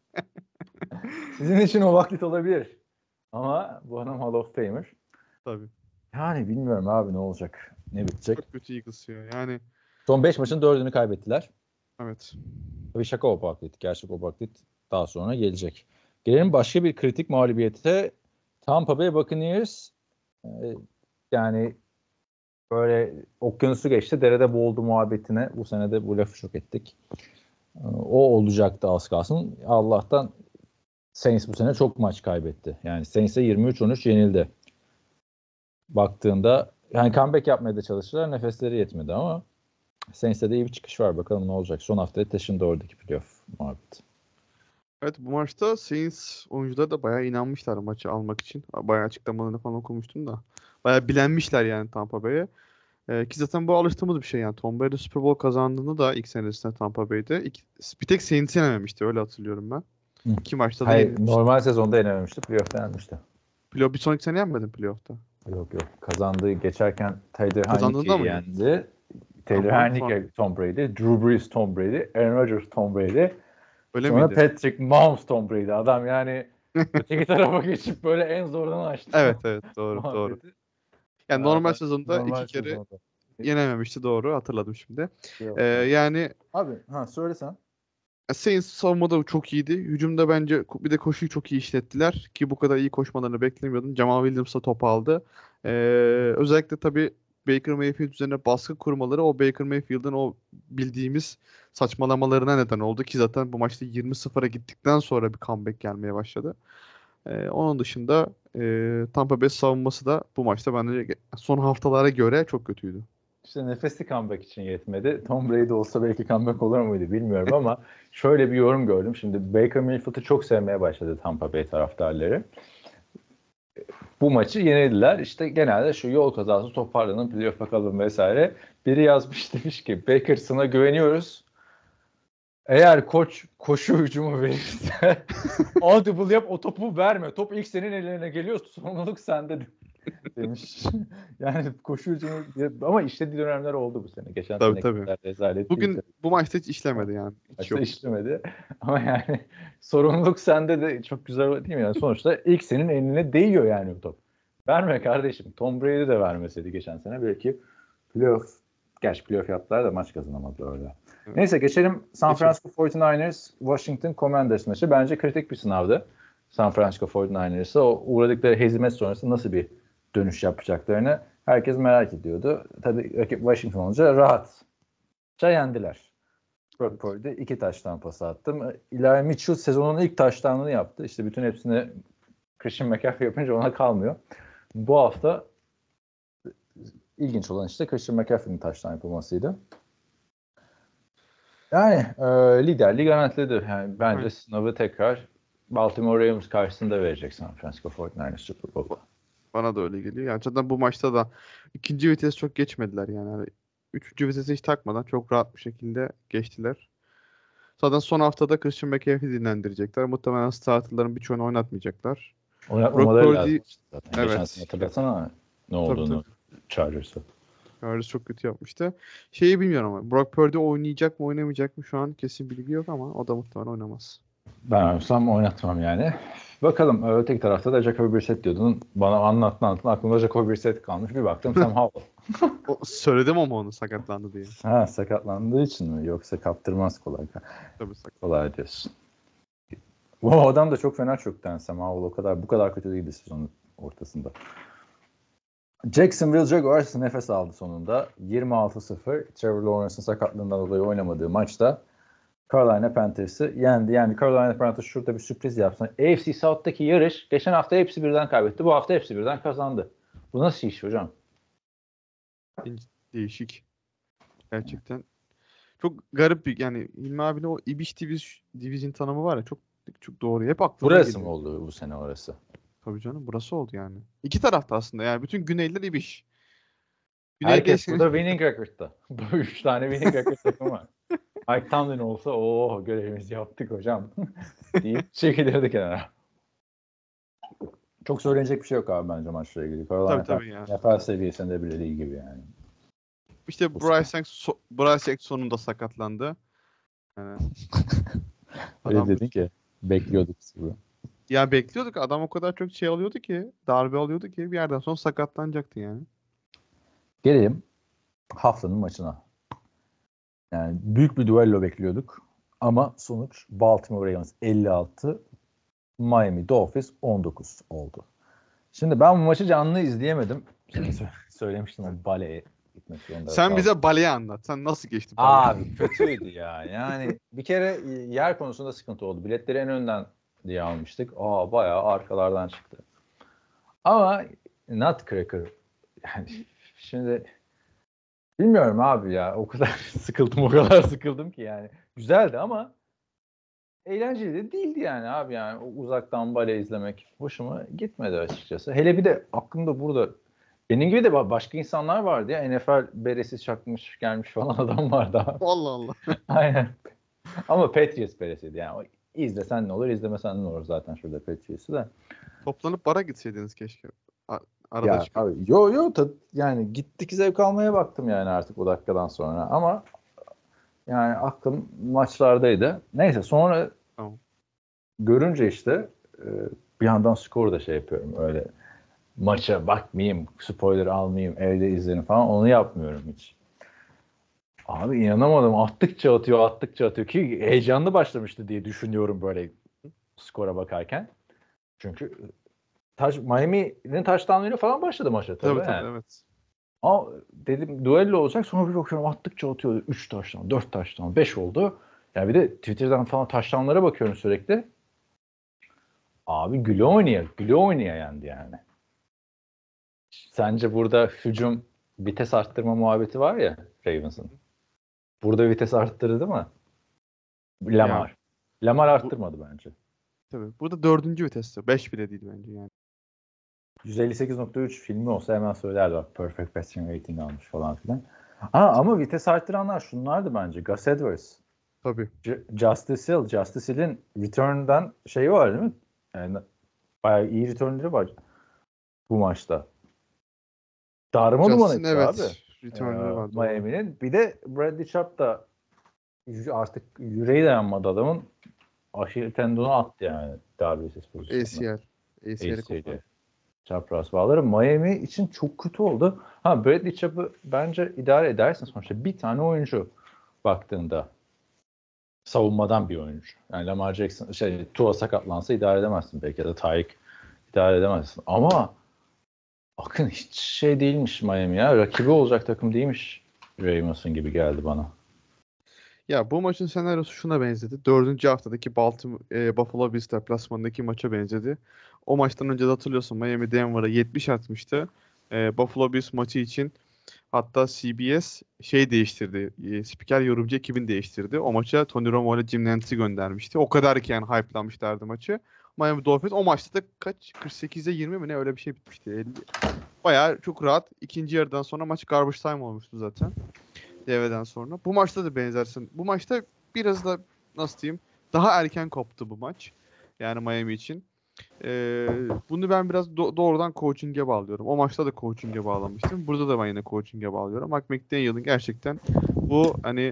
Sizin için Obaket olabilir. Ama bu adam Hall of Famer. Tabii. Yani bilmiyorum abi ne olacak, ne bitecek. Çok kötü Eagles ya. Yani Son 5 maçın 4'ünü kaybettiler. evet. Tabii şaka Obaket. Gerçek Obaket daha sonra gelecek. Gelelim başka bir kritik mağlubiyete. Tampa Bay Buccaneers yani böyle okyanusu geçti, derede boğuldu muhabbetine bu sene de bu lafı çok ettik. O olacaktı az kalsın. Allah'tan Saints bu sene çok maç kaybetti. Yani Saints'e 23-13 yenildi. Baktığında yani comeback yapmaya da çalıştılar. Nefesleri yetmedi ama Saints'te de iyi bir çıkış var. Bakalım ne olacak. Son haftaya taşındı oradaki playoff muhabbeti. Evet, bu maçta Saints oyuncuları da bayağı inanmışlar maçı almak için. Bayağı açıklamalarını falan okumuştum da. Bayağı bilenmişler yani Tampa Bay'e. Ki zaten bu alıştığımız bir şey yani. Tom Brady Super Bowl kazandığında da ilk senesinde Tampa Bay'de bir tek Saints'i yenememişti, öyle hatırlıyorum ben. İki maçta da Hayır, yenilmişti. normal sezonda yenememişti. Playoff'ta yenmişti. Bir sonraki sene yenmedin playoff'ta. Yok. Kazandığı geçerken Taylor Kazandığında Heinicke'yi mı yendi. Taylor Tamam, Heinicke Tom Brady, Drew Brees Tom Brady, Aaron Rodgers Tom Brady. Öyle Sonra miydi? Patrick Mahomes Tom Brady. Adam yani öteki tarafa geçip böyle en zordan açtı. Evet doğru. Yani normal sezonda normal iki kere sezonda. yenememişti, doğru hatırladım şimdi. Yok. Yani Abi söylesen. Saints savunmada çok iyiydi. Hücumda bence bir de koşuyu çok iyi işlettiler. Ki bu kadar iyi koşmalarını beklemiyordum. Jamal Williams da top aldı. Özellikle tabii Baker Mayfield üzerine baskı kurmaları o Baker Mayfield'ın o bildiğimiz saçmalamalarına neden oldu. Ki zaten bu maçta 20-0'a gittikten sonra bir comeback gelmeye başladı. Onun dışında Tampa Bay savunması da bu maçta bence son haftalara göre çok kötüydü. İşte nefesli comeback için yetmedi. Tom Brady olsa belki comeback olur muydu bilmiyorum ama şöyle bir yorum gördüm. Şimdi Baker Mayfield'ı çok sevmeye başladı Tampa Bay taraftarları. Bu maçı yenildiler. İşte genelde şu yol kazası toparlanın, playoff'a kalın vesaire. Biri yazmış, demiş ki Bakers'ına güveniyoruz. Eğer koç koşu hücumu verirse audible yap, o topu verme. Top ilk senin eline geliyor, sorumluluk sende demiş. Yani koşu hücumu ama işlediği dönemler oldu bu sene. Geçen Tabii. sene rezalet. Bugün bu maçta hiç işlemedi yani. Hiç yok. İşlemedi. Ama yani sorumluluk sende de çok güzel değil mi? Yani sonuçta ilk senin eline değiyor yani o top. Verme kardeşim. Tom Brady de vermeseydi geçen sene belki playoff yaptılar da maç kazanamadılar öyle. Evet. Neyse geçelim San Francisco 49ers Washington Commanders maçı. Bence kritik bir sınavdı. San Francisco 49ers'a o uğradıkları hezimet sonrası nasıl bir dönüş yapacaklarını herkes merak ediyordu. Tabii rakip Washington olunca rahatça yendiler. Brock Purdy 2 taştan pas attım. Eli Mitchell sezonun ilk taştanını yaptı. İşte bütün hepsini Christian McCaffrey yapınca ona kalmıyor. Bu hafta ilginç olan işte Christian McCaffrey'nin taştan yapılmasıydı. Yani liderliği garantiledi. Yani bence sınavı tekrar Baltimore Ravens karşısında verecek San Francisco 49ers Super Bowl'da. Bana da öyle geliyor. Yani zaten bu maçta da ikinci vites çok geçmediler yani. Üçüncü vitesi hiç takmadan çok rahat bir şekilde geçtiler. Zaten son haftada Christian McCaffrey'i dinlendirecekler. Muhtemelen starterların birçoğunu oynatmayacaklar. Oynatmamaları lazım zaten. Evet. Geçen sene hatırlasana ne olduğunu Chargers'ı. Chargers çok kötü yapmıştı. Şeyi bilmiyorum ama Brock Purdy oynayacak mı oynamayacak mı şu an kesin bilgi yok ama o da muhtemelen oynamaz. Ben olsam oynatmam yani. Bakalım öteki tarafta da Jacoby Brissett diyordun. Bana anlattın aklımda Jacoby Brissett kalmış. Bir baktım Sam Howell. Söyledim ama onu sakatlandı diye. Ha, sakatlandığı için mi? Yoksa kaptırmaz kolay. Tabii Kolay diyorsun. Bu adam da çok fena çöktü. Sam Howell bu kadar kötü değildi sezonun ortasında. Jacksonville Jaguars nefes aldı sonunda. 26-0. Trevor Lawrence'ın sakatlığından dolayı oynamadığı maçta Carolina Panthers'ı yendi. Yani Carolina Panthers şurada bir sürpriz yapsın. AFC South'taki yarış geçen hafta hepsi birden kaybetti. Bu hafta hepsi birden kazandı. Bu nasıl iş hocam? Değişik. Gerçekten. Çok garip bir yani Hilmi abinin o İbiş Division tanımı var ya çok doğru. Hep aklıma Burası geliyor. mı oldu bu sene orası? Tabii canım burası oldu yani. İki tarafta aslında yani bütün Güneyliler İbiş. Herkes burada winning record'da. 3 tane winning record takım var. Mike Tomlin olsa görevimizi yaptık hocam deyip çekilirdi kenara. Çok söylenecek bir şey yok abi bence maçla ilgili. Tabii yani. NFL seviyesinde bile değil gibi yani. İşte Bryce Young sonunda sakatlandı. Öyle dedin ki bekliyorduk bunu. Ya bekliyorduk. Adam o kadar çok şey alıyordu ki, darbe alıyordu ki bir yerden sonra sakatlanacaktı yani. Gelelim haftanın maçına. Yani büyük bir duello bekliyorduk. Ama sonuç Baltimore Ravens 56, Miami Dolphins 19 oldu. Şimdi ben bu maçı canlı izleyemedim. Söylemiştim o baleye gitmek zorunda. Sen bize baleyi anlat. Sen nasıl geçti baleye? Abi kötüydü ya. Yani bir kere yer konusunda sıkıntı oldu. Biletleri en önden diye almıştık. Bayağı arkalardan çıktı. Ama Nutcracker yani şimdi bilmiyorum abi ya. O kadar sıkıldım ki yani. Güzeldi ama eğlenceli de değildi yani abi yani. Uzaktan bale izlemek hoşuma gitmedi açıkçası. Hele bir de aklımda burada benim gibi de başka insanlar vardı ya. NFL beresi çakmış gelmiş falan adam vardı abi. Allah Allah. Aynen. Ama Patriots beresiydi yani. İzlesen ne olur, izlemesen ne olur zaten şurada Patriots'ı da. Toplanıp bara gitseydiniz keşke. Arada Ya abi, yani gittik zevk almaya baktım yani artık o dakikadan sonra ama yani aklım maçlardaydı. Neyse sonra tamam. Görünce işte bir yandan skoru da şey yapıyorum öyle maça bakmayayım, spoiler almayayım, evde izlerim falan onu yapmıyorum hiç. Abi inanamadım. Attıkça atıyor ki heyecanlı başlamıştı diye düşünüyorum böyle skora bakarken. Çünkü Miami'nin touchdown'ıyla falan başladı maça tabii. Tabii evet. Ama dedim duello olacak sonra bir bakıyorum attıkça atıyor. 3 touchdown, 4 touchdown, 5 oldu. Yani bir de Twitter'dan falan touchdown'lara bakıyorum sürekli. Abi güle oynaya yendi yani. Sence burada hücum vites arttırma muhabbeti var ya Ravens'ın. Burada vites arttırdı değil mi? Lamar. Lamar arttırmadı bence. Tabii. Burada 4. viteste. 5 bile değil bence yani. 158.3 filmi olsa hemen söylerdi bak perfect passing rating almış falan filan. Ama vites arttıranlar şunlardı bence. Gus Edwards. Tabii. Justice Hill'in return'dan şeyi var değil mi? Yani bayağı iyi return'leri var bu maçta. Darma duman etti abi. Return'ları var. Miami'nin. Bir de Bradley Chubb da artık yüreği dayanmadı adamın. Aşil tendonu attı yani darbesiz pozisyonda. ACL'i Çapraz bağları. Miami için çok kötü oldu. Bradley Chubb'ı bence idare edersin sonuçta. Bir tane oyuncu baktığında savunmadan bir oyuncu. Yani Lamar Jackson Tua sakatlansa idare edemezsin belki ya da Tyreek idare edemezsin. Ama Akın hiç şey değilmiş Miami ya. Rakibi olacak takım değilmiş Ravens'ın gibi geldi bana. Ya bu maçın senaryosu şuna benzedi. 4. haftadaki Buffalo Bills deplasmanındaki maça benzedi. O maçtan önce de hatırlıyorsun Miami Denver'a 70 atmıştı. Buffalo Bills maçı için hatta CBS değiştirdi. Spiker yorumcu ekibini değiştirdi. O maça Tony Romo ile Jim Nantz'i göndermişti. O kadar ki yani hype'lanmışlardı maçı. Miami Dolphins o maçta da 48'e 20 mi ne öyle bir şey bitmişti. 50. Bayağı çok rahat. İkinci yarıdan sonra maç garbage time olmuştu zaten. Devreden sonra. Bu maçta da benzersin. Bu maçta biraz da nasıl diyeyim daha erken koptu bu maç. Yani Miami için. Bunu ben biraz doğrudan coaching'e bağlıyorum. O maçta da coaching'e bağlamıştım. Burada da ben yine coaching'e bağlıyorum. Bak McDaniel'ın gerçekten bu hani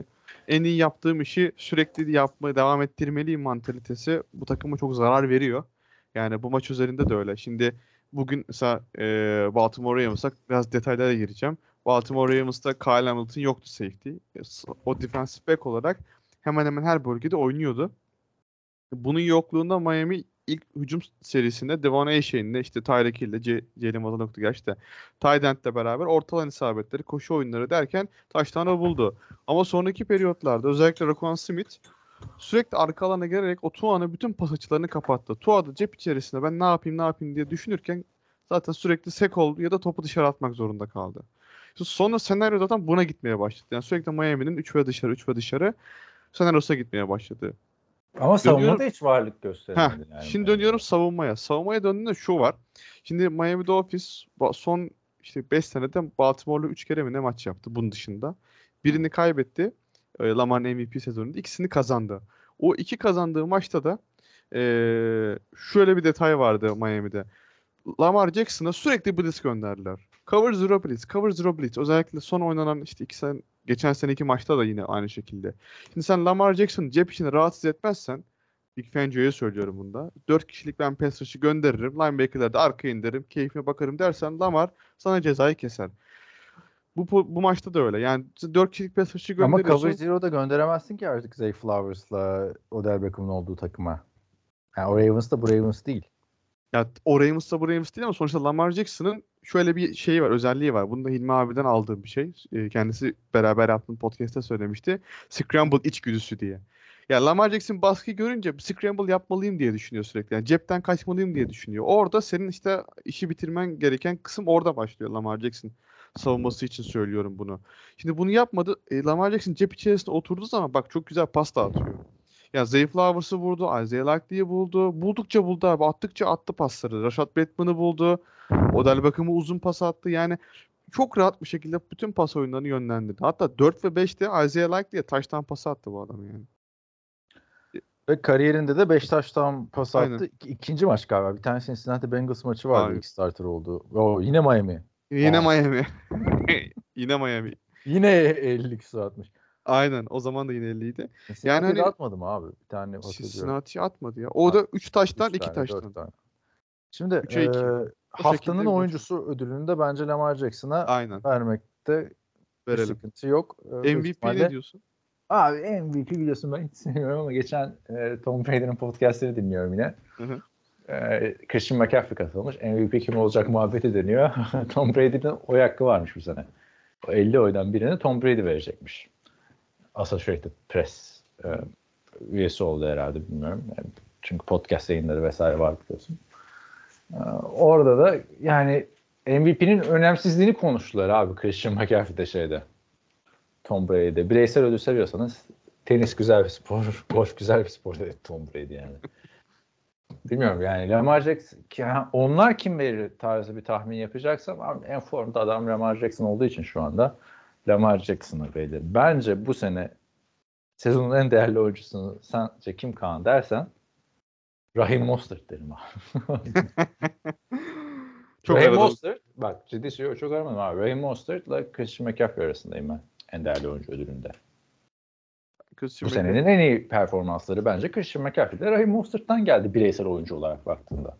en iyi yaptığım işi sürekli yapmaya devam ettirmeliyim mantalitesi bu takıma çok zarar veriyor. Yani bu maç üzerinde de öyle. Şimdi bugün mesela Baltimore Ravens'a biraz detaylara gireceğim. Baltimore Ravens'ta Kyle Hamilton yoktu safety. O defensive back olarak hemen hemen her bölgede oynuyordu. Bunun yokluğunda Miami ilk hücum serisinde Devon Achane işte Tyreek Hill'le Jalen Waddle yoktu gerçi de tight end'le beraber ortalan isabetleri, koşu oyunları derken taştanı buldu. Ama sonraki periyotlarda özellikle Roquan Smith sürekli arka alana gelerek o Tua'nın bütün pas açılarını kapattı. Tua da cep içerisinde ben ne yapayım diye düşünürken zaten sürekli sek oldu ya da topu dışarı atmak zorunda kaldı. Sonra senaryo zaten buna gitmeye başladı. Yani sürekli Miami'nin 3 ve dışarı 3 ve dışarı senaryosuna gitmeye başladı. Ama savunmada Dönüyorum. hiç varlık gösteremedi. Yani. Şimdi dönüyorum savunmaya. Savunmaya döndüğümde şu var. Şimdi Miami Dolphins son işte 5 senede Baltimore'la 3 kere mi ne maç yaptı bunun dışında. Birini kaybetti. Lamar'ın MVP sezonunda. İkisini kazandı. O iki kazandığı maçta da şöyle bir detay vardı Miami'de. Lamar Jackson'a sürekli blitz gönderdiler. Cover zero blitz, cover zero blitz. Özellikle son oynanan işte geçen seneki maçta da yine aynı şekilde. Şimdi sen Lamar Jackson'ı cep içine rahatsız etmezsen Vic Fangio'ya söylüyorum bunda. 4 kişilik ben pass rush'ı gönderirim. Linebacker'ları da arkaya indiririm. Keyfime bakarım dersen Lamar sana cezayı keser. Bu maçta da öyle. Yani 4 kişilik pass rush'ı Ama gönderiyorsun. Cover Zero'da gönderemezsin ki artık Zay Flowers'la Odell Beckham'ın olduğu takıma. Yani o Ravens da bu Ravens değil. Ya o Ravens'ta bu Ravens değil ama sonuçta Lamar Jackson'ın şöyle bir şeyi var, özelliği var. Bunu da Hilmi abiden aldığım bir şey. Kendisi beraber yaptığım podcast'te söylemişti. Scramble içgüdüsü diye. Ya Lamar Jackson baskıyı görünce bir scramble yapmalıyım diye düşünüyor sürekli. Yani cepten kaçmalıyım diye düşünüyor. Orada senin işte işi bitirmen gereken kısım orada başlıyor Lamar Jackson savunması için söylüyorum bunu. Şimdi bunu yapmadı. Lamar Jackson cep içerisinde oturduğu zaman bak çok güzel pas da atıyor. Ya Zay Flowers'ı buldu, Isaiah Likely'yi buldu. Buldukça buldu abi. Attıkça attı pasları. Rashad Bateman'ı buldu. Odell Beckham'ı uzun pas attı. Yani çok rahat bir şekilde bütün pas oyunlarını yönlendirdi. Hatta 4 ve 5'te Isaiah Likely'ye taştan pas attı bu adam yani. Ve kariyerinde de 5 taştan pas Aynen. attı. İkinci maç galiba. Bir tane Cincinnati Bengals maçı vardı. Abi. İlk starter oldu. Yine Miami. Yine Aa. Miami. Yine Miami. Yine 50 küsur atmış. Aynen. O zaman da yine 50'ydi. Cincinnati'de Yani hani atmadım abi. Bir tane hatırlıyorum. Cincinnati atmadı ya. O da 3 taştan 2 tane, taştan. 4 tane. Şimdi 3'e 2. haftanın şekilde oyuncusu ödülünü de bence Lamar Jackson'a Aynen. vermekte bir Verelim. sıkıntı yok. Büyük MVP ihtimalle- ne diyorsun? Abi MVP biliyorsun ben hiç sevmiyorum ama geçen Tom Brady'nin podcast'ını dinliyorum yine. Hı hı. Christian McCaffrey katılmış. MVP kim olacak muhabbeti dönüyor. Tom Brady'nin oy hakkı varmış bu sene. O 50 oydan birini Tom Brady verecekmiş. Associated Press üyesi oldu herhalde bilmiyorum. Yani çünkü podcast yayınları vesaire var biliyorsun. Orada da yani MVP'nin önemsizliğini konuştular abi Christian McCaffrey'de şeyde. Tom Brady'de. Bireysel ödül seviyorsanız tenis güzel bir spor, golf güzel bir spor dedi Tom Brady yani. Bilmiyorum yani Lamar Jackson onlar kim verir tarzı bir tahmin yapacaksam abi, en formda adam Lamar Jackson olduğu için şu anda Lamar Jackson'a verilir. Bence bu sene sezonun en değerli oyuncusunu sence kim Kaan dersen Raheem Mostert derim abi. Çok Raheem aradım. Mostert bak ciddi söylüyorum çok aramadım abi. Raheem Mostert'la Christian McCaffrey arasındayım ben en değerli oyuncu ödülünde. Christian Bu senenin en iyi performansları bence Christian McCaffrey'de Raheem Mostert'tan geldi bireysel oyuncu olarak baktığında.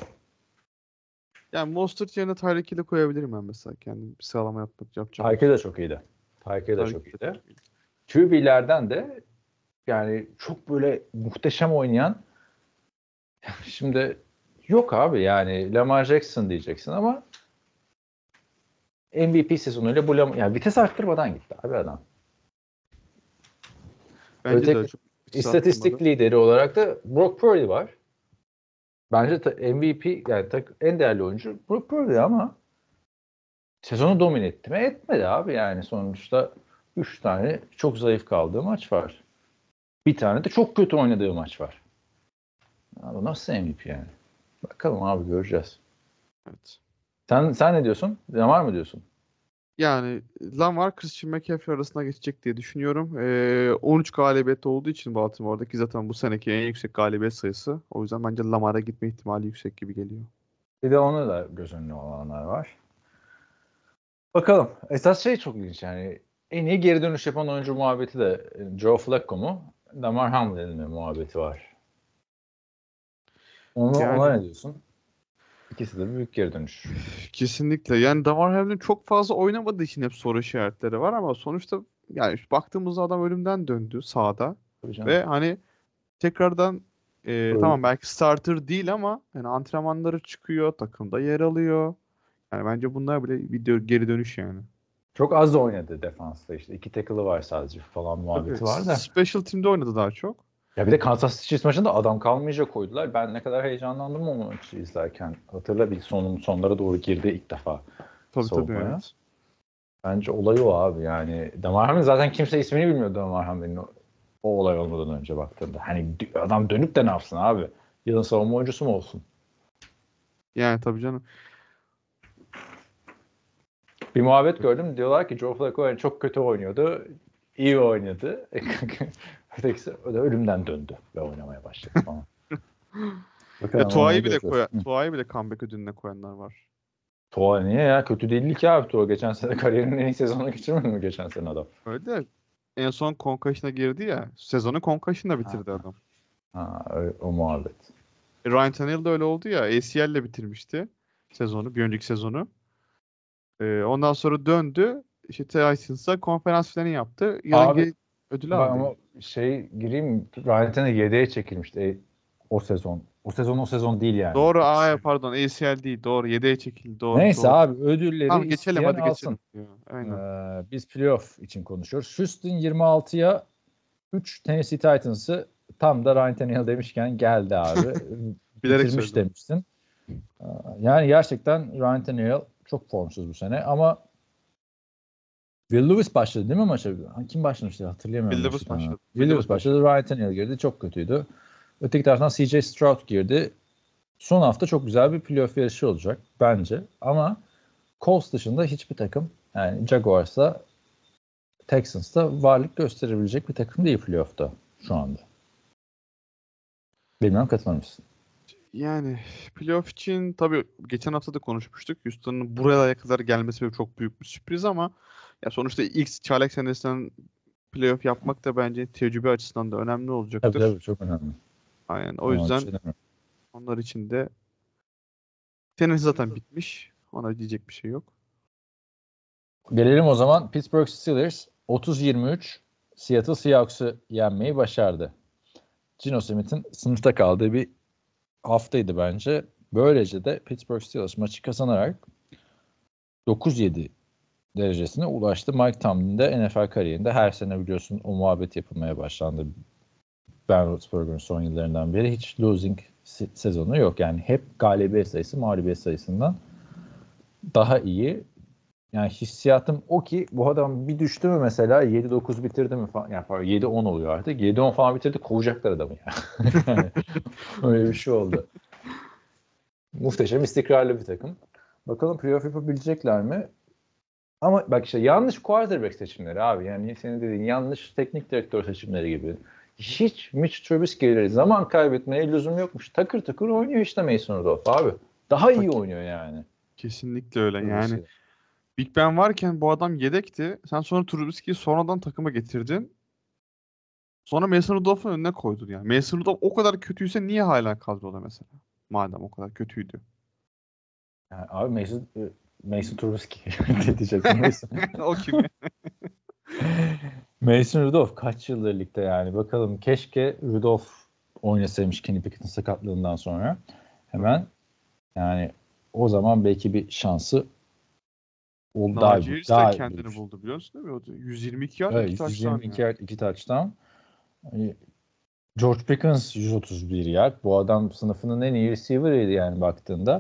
Yani Mostert yerine Tyreek Hill'i koyabilirim ben mesela. Kendim bir sıralama yapacağım. Tyreek de çok iyiydi. Tyreek de çok Tyreek iyiydi. QB'lerden de yani çok böyle muhteşem oynayan şimdi yok abi yani Lamar Jackson diyeceksin ama MVP sezonuyla bu yani vites arttırmadan gitti abi adam. Bence de Öteki çok istatistik lideri olarak da Brock Purdy var. Bence MVP yani en değerli oyuncu Brock Purdy ama sezonu domine etti mi? Etmedi abi yani sonuçta 3 tane çok zayıf kaldığı maç var. Bir tane de çok kötü oynadığı maç var. Abi nasıl MVP yani? Bakalım abi göreceğiz. Evet. Sen ne diyorsun? Lamar mı diyorsun? Yani Lamar Christian McCaffrey arasına geçecek diye düşünüyorum. 13 galibiyet olduğu için Baltimore'daki zaten bu seneki en yüksek galibiyet sayısı. O yüzden bence Lamar'a gitme ihtimali yüksek gibi geliyor. Bir de onu da göz önüne olanlar var. Bakalım. Esas şey çok ilginç yani. en iyi geri dönüş yapan oyuncu muhabbeti de Joe Flacco mu? Damar Hamlin'in mi muhabbeti var? Ona ne diyorsun? İkisi de büyük geri dönüş. Kesinlikle. Yani Damar Hamlin çok fazla oynamadığı için hep soru işaretleri var ama sonuçta yani baktığımızda adam ölümden döndü sahada ve hani tekrardan tamam belki starter değil ama yani antrenmanları çıkıyor, takımda yer alıyor. Yani bence bunlar bile bir geri dönüş yani. Çok az da oynadı defansta işte. 2 tackle'ı var sadece falan muhabbeti var da. Special team'de oynadı daha çok. Ya bir de Kansas City Chiefs maçında adam kalmayacak koydular. Ben ne kadar heyecanlandım o maçı izlerken. Hatırla bir sonlara doğru girdi ilk defa. Tabii evet. Bence olay o abi yani. Damar Hamlin zaten kimse ismini bilmiyordu Damar Hamlin'in o olay olmadan önce baktığında. Hani adam dönüp de ne yapsın abi? Yılın savunma oyuncusu mu olsun? Yani tabii canım. Bir muhabbet gördüm. Diyorlar ki Joe Flacco çok kötü oynuyordu. İyi oynadı. Ötekisi o da ölümden döndü ve oynamaya başladı falan. Tua'yı bile comeback ödülüne koyanlar var. Tua niye ya? Kötü değildi ki abi. Tua geçen sene kariyerinin en iyi sezonunu geçirmedi mi geçen sene adam? Öyle de en son concussion'a girdi ya. Sezonu concussion'la bitirdi adam. O muhabbet. Ryan Tannehill de öyle oldu ya. ACL'le bitirmişti sezonu. Bir önceki sezonu. Ondan sonra döndü. İşte Titans'a konferans falan yaptı. Abi ödülü aldı. Ama gireyim. Ryan Tannehill yedeğe çekilmişti o sezon. O sezon değil yani. Doğru. Pardon. ACL değil. Doğru. Yedeğe çekildi. Doğru. Neyse doğru. abi ödülleri Tamam, geçelim, isteyen hadi alsın. geçelim. Aynen. Biz playoff için konuşuyoruz. Houston 26'ya 3 Tennessee Titans'ı tam da Ryan Tannehill demişken geldi abi. Bitirmiş demiştin. Yani gerçekten Ryan Tannehill çok formsuz bu sene ama Will Levis başladı değil mi maça? Kim başlamıştı hatırlayamıyorum. Will Levis başladı. Ryan Tannehill girdi. Çok kötüydü. Öteki taraftan CJ Stroud girdi. Son hafta çok güzel bir playoff yarışı olacak bence. Ama Colts dışında hiçbir takım yani Jaguars'la Texans'ta varlık gösterebilecek bir takım değil playoff'ta şu anda. Bilmem katılır mısın? Yani playoff için tabii geçen hafta da konuşmuştuk. Houston'ın buraya kadar gelmesi çok büyük bir sürpriz ama ya sonuçta ilk çaylak senesinden playoff yapmak da bence tecrübe açısından da önemli olacaktır. Tabii çok önemli. Aynen. O yüzden onlar için de Tennessee zaten bitmiş. Ona diyecek bir şey yok. Gelelim o zaman Pittsburgh Steelers 30-23 Seattle Seahawks'ı yenmeyi başardı. Geno Smith'in sınıfta kaldığı bir haftaydı bence. Böylece de Pittsburgh Steelers maçı kazanarak 9-7 derecesine ulaştı. Mike Tomlin de NFL kariyerinde her sene biliyorsun o muhabbet yapılmaya başlandı. Ben Roethlisberger'ın son yıllarından beri hiç losing sezonu yok. Yani hep galibiyet sayısı mağlubiyet sayısından daha iyi. Yani hissiyatım o ki bu adam bir düştü mü mesela 7-9 bitirdi mi falan. Yani 7-10 oluyor artık. 7-10 falan bitirdi kovacaklar adamı ya. Yani öyle bir şey oldu. Muhteşem istikrarlı bir takım. Bakalım playoff yapabilecekler mi? Ama bak işte yanlış quarterback seçimleri abi. Yani senin dediğin yanlış teknik direktör seçimleri gibi. Hiç Mitch Trubisky'leri zaman kaybetmeye lüzum yokmuş. Takır takır oynuyor işte Mason Rudolph abi. Daha iyi oynuyor yani. Kesinlikle öyle. Yani Big Ben varken bu adam yedekti. Sen sonra Trubisky'yi sonradan takıma getirdin. Sonra Mason Rudolph'un önüne koydun yani. Mason Rudolph o kadar kötüyse niye hala kadroda mesela? Madem o kadar kötüydü. Yani abi Mason Trubisky diyecektim. O kim? Mason Rudolph kaç yıldır ligde yani. Bakalım keşke Rudolph oynasaymış Kenny Pickett'in sakatlığından sonra. Hemen yani o zaman belki bir şansı oldu. Najee Harris de kendini buldu biliyorsun değil mi? 122 yard, evet, 2 yard, 2 touchdown. George Pickens 131 yard. Bu adam sınıfının en iyi receiver'ıydı yani baktığında.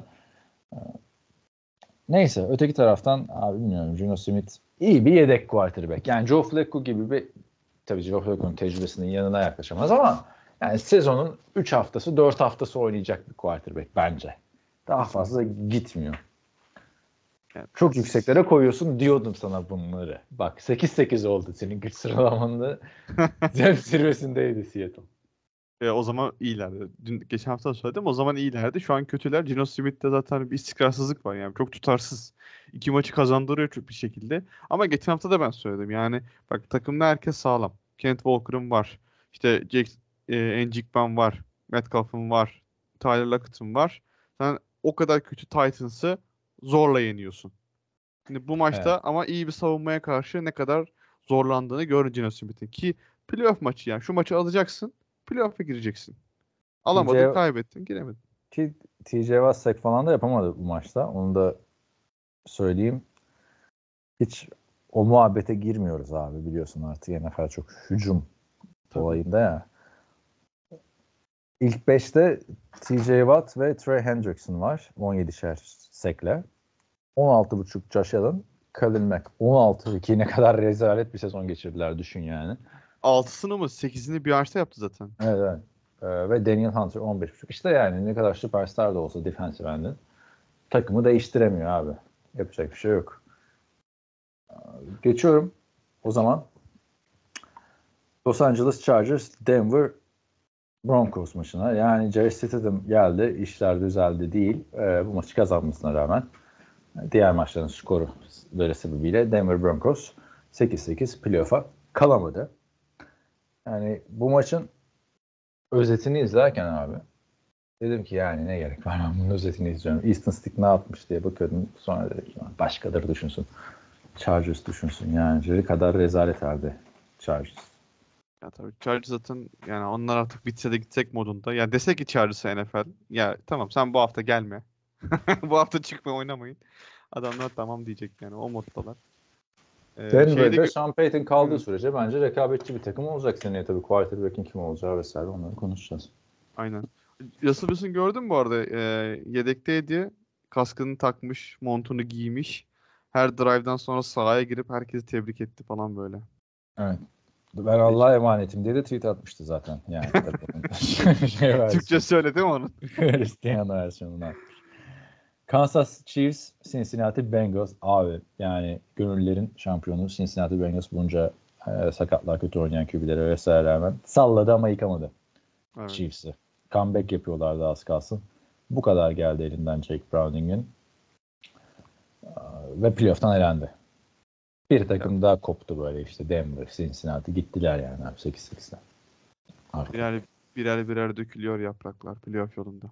Neyse öteki taraftan abi bilmiyorum Geno Smith iyi bir yedek quarterback. Yani Joe Flacco gibi tabii Joe Flacco'nun tecrübesinin yanına yaklaşamaz ama yani sezonun 3 haftası 4 haftası oynayacak bir quarterback bence. Daha fazla gitmiyor. Yani çok yükseklere koyuyorsun diyordum sana bunları. Bak 8-8 oldu senin güç sıralamanda. Zirvesindeydi Seattle. O zaman iyilerdi. Geçen hafta da söyledim. O zaman iyilerdi. Şu an kötüler. Geno Smith'te zaten bir istikrarsızlık var. Yani çok tutarsız. 2 maçı kazandırıyor çok bir şekilde. Ama geçen hafta da ben söyledim. Yani bak takımda herkes sağlam. Kenneth Walker'ın var. İşte Njigban var. Metcalf'ın var. Tyler Lockett'ın var. Sen o kadar kötü Titans'ı zorla yeniyorsun. Şimdi bu maçta Evet. ama iyi bir savunmaya karşı ne kadar zorlandığını gördün Geno Smith'in. Ki playoff maçı yani. Şu maçı alacaksın. Playoff'a gireceksin. Alamadın, TJ, kaybettin, giremedin. TJ Watt sack falan da yapamadı bu maçta. Onu da söyleyeyim. Hiç o muhabbete girmiyoruz abi, biliyorsun artık NFL çok hücum olayında ya. İlk 5'te TJ Watt ve Trey Hendrickson var. 17'şer sack'le. 16.5 Josh Allen, Khalil Mack. 16-2 ne kadar rezalet bir sezon geçirdiler, düşün yani. 6'sını mı 8'ini bir maçta yaptı zaten. Evet, evet. Ve Daniel Hunter 15.5. İşte yani ne kadar süperstar da olsa defensive end'in takımı değiştiremiyor abi. Yapacak bir şey yok. Geçiyorum o zaman. Los Angeles Chargers Denver Broncos maçına. Yani Jarrett Stidham geldi. İşler düzeldi değil. Bu maçı kazanmasına rağmen diğer maçların skoru sebebiyle Denver Broncos 8-8 playoff'a kalamadı. Yani bu maçın özetini izlerken abi dedim ki yani ne gerek var, ben bunun özetini izliyorum. Easton Stick ne yapmış diye bakıyordum. Sonra dedim ki başkaları düşünsün. Chargers düşünsün. Yani Jerry kadar rezalet halde Chargers. Ya tabii Chargers zaten yani onlar artık bitse de gitsek modunda. Ya dese ki Chargers'a NFL. Ya tamam sen bu hafta gelme. Bu hafta çıkma oynamayın. Adamlar tamam diyecek yani o moddalar. Denver'de Sean Payton kaldığı Hı. sürece bence rekabetçi bir takım olacak seneye, tabii quarterback'in kim olacağı vesaire onları konuşacağız. Aynen. Russell Wilson gördün mü bu arada? Yedekteydi. Kaskını takmış, montunu giymiş. Her drive'dan sonra sahaya girip herkesi tebrik etti falan böyle. Evet. Ben Allah'a emanetim diye de tweet atmıştı zaten. Yani Türkçe söyledi mi onu? Hristiyan versiyonunu atmış. Kansas Chiefs, Cincinnati Bengals. Abi yani gönüllerin şampiyonu Cincinnati Bengals bunca sakatlığa kötü oynayan QB'lere vesaire rağmen salladı ama yıkamadı Evet. Chiefs'i. Comeback yapıyorlardı az kalsın. Bu kadar geldi elinden Jake Browning'in. Ve playoff'tan elendi. Bir takım daha koptu böyle işte. Denver, Cincinnati gittiler yani abi 8-8'den. Birer dökülüyor yapraklar playoff yolunda.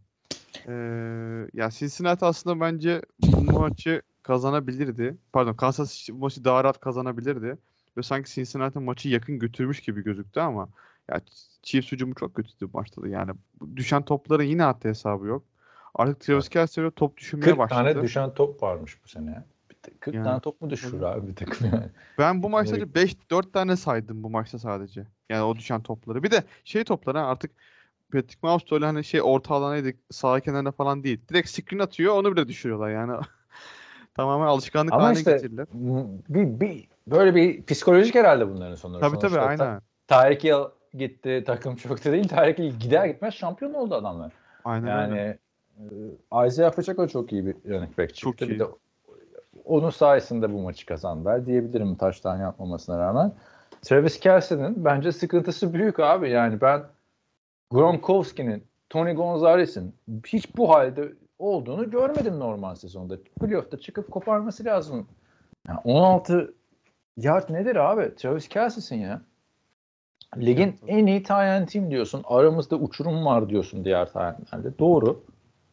Ya Cincinnati aslında bence bu maçı kazanabilirdi. Pardon, Kansas bu maçı daha rahat kazanabilirdi. Ve sanki Cincinnati maçı yakın götürmüş gibi gözüktü ama ya Chiefs hücumu çok kötüydü maçta da. Yani düşen topların yine haddi hesabı yok. Artık Travis Kelce top düşünmeye 40 başladı. tane düşen top varmış bu sene. 40 Yani, tane top mu düşürür abi bir takım yani? Ben bu maçta 4 tane saydım bu maçta sadece. Yani o düşen topları. Bir de topları artık Patrick Mahomes da öyle hani orta alanaydı, sağ kenarına falan değil. Direkt screen atıyor, onu bile düşürüyorlar yani. Tamamen alışkanlık Ama haline işte getirdiler. böyle bir psikolojik herhalde bunların sonları. Tabii Sonuçta aynen. Tyreek Hill gitti, takım çok da değil. Tyreek Hill gider gitmez şampiyon oldu adamlar. Aynen öyle. Yani Isaiah Pacheco çok iyi bir running back çıktı. Çok iyi. Bir de onun sayesinde bu maçı kazandılar diyebilirim taştan yapmamasına rağmen. Travis Kelce'nin bence sıkıntısı büyük abi. Yani ben Gronkowski'nin, Tony Gonzalez'in hiç bu halde olduğunu görmedim normal sezonda. Playoff'ta çıkıp koparması lazım. Yani 16 yard nedir abi? Travis Kelce'sin ya. Ligin en iyi tight end team diyorsun. Aramızda uçurum var diyorsun diğer tight endlerde. Doğru.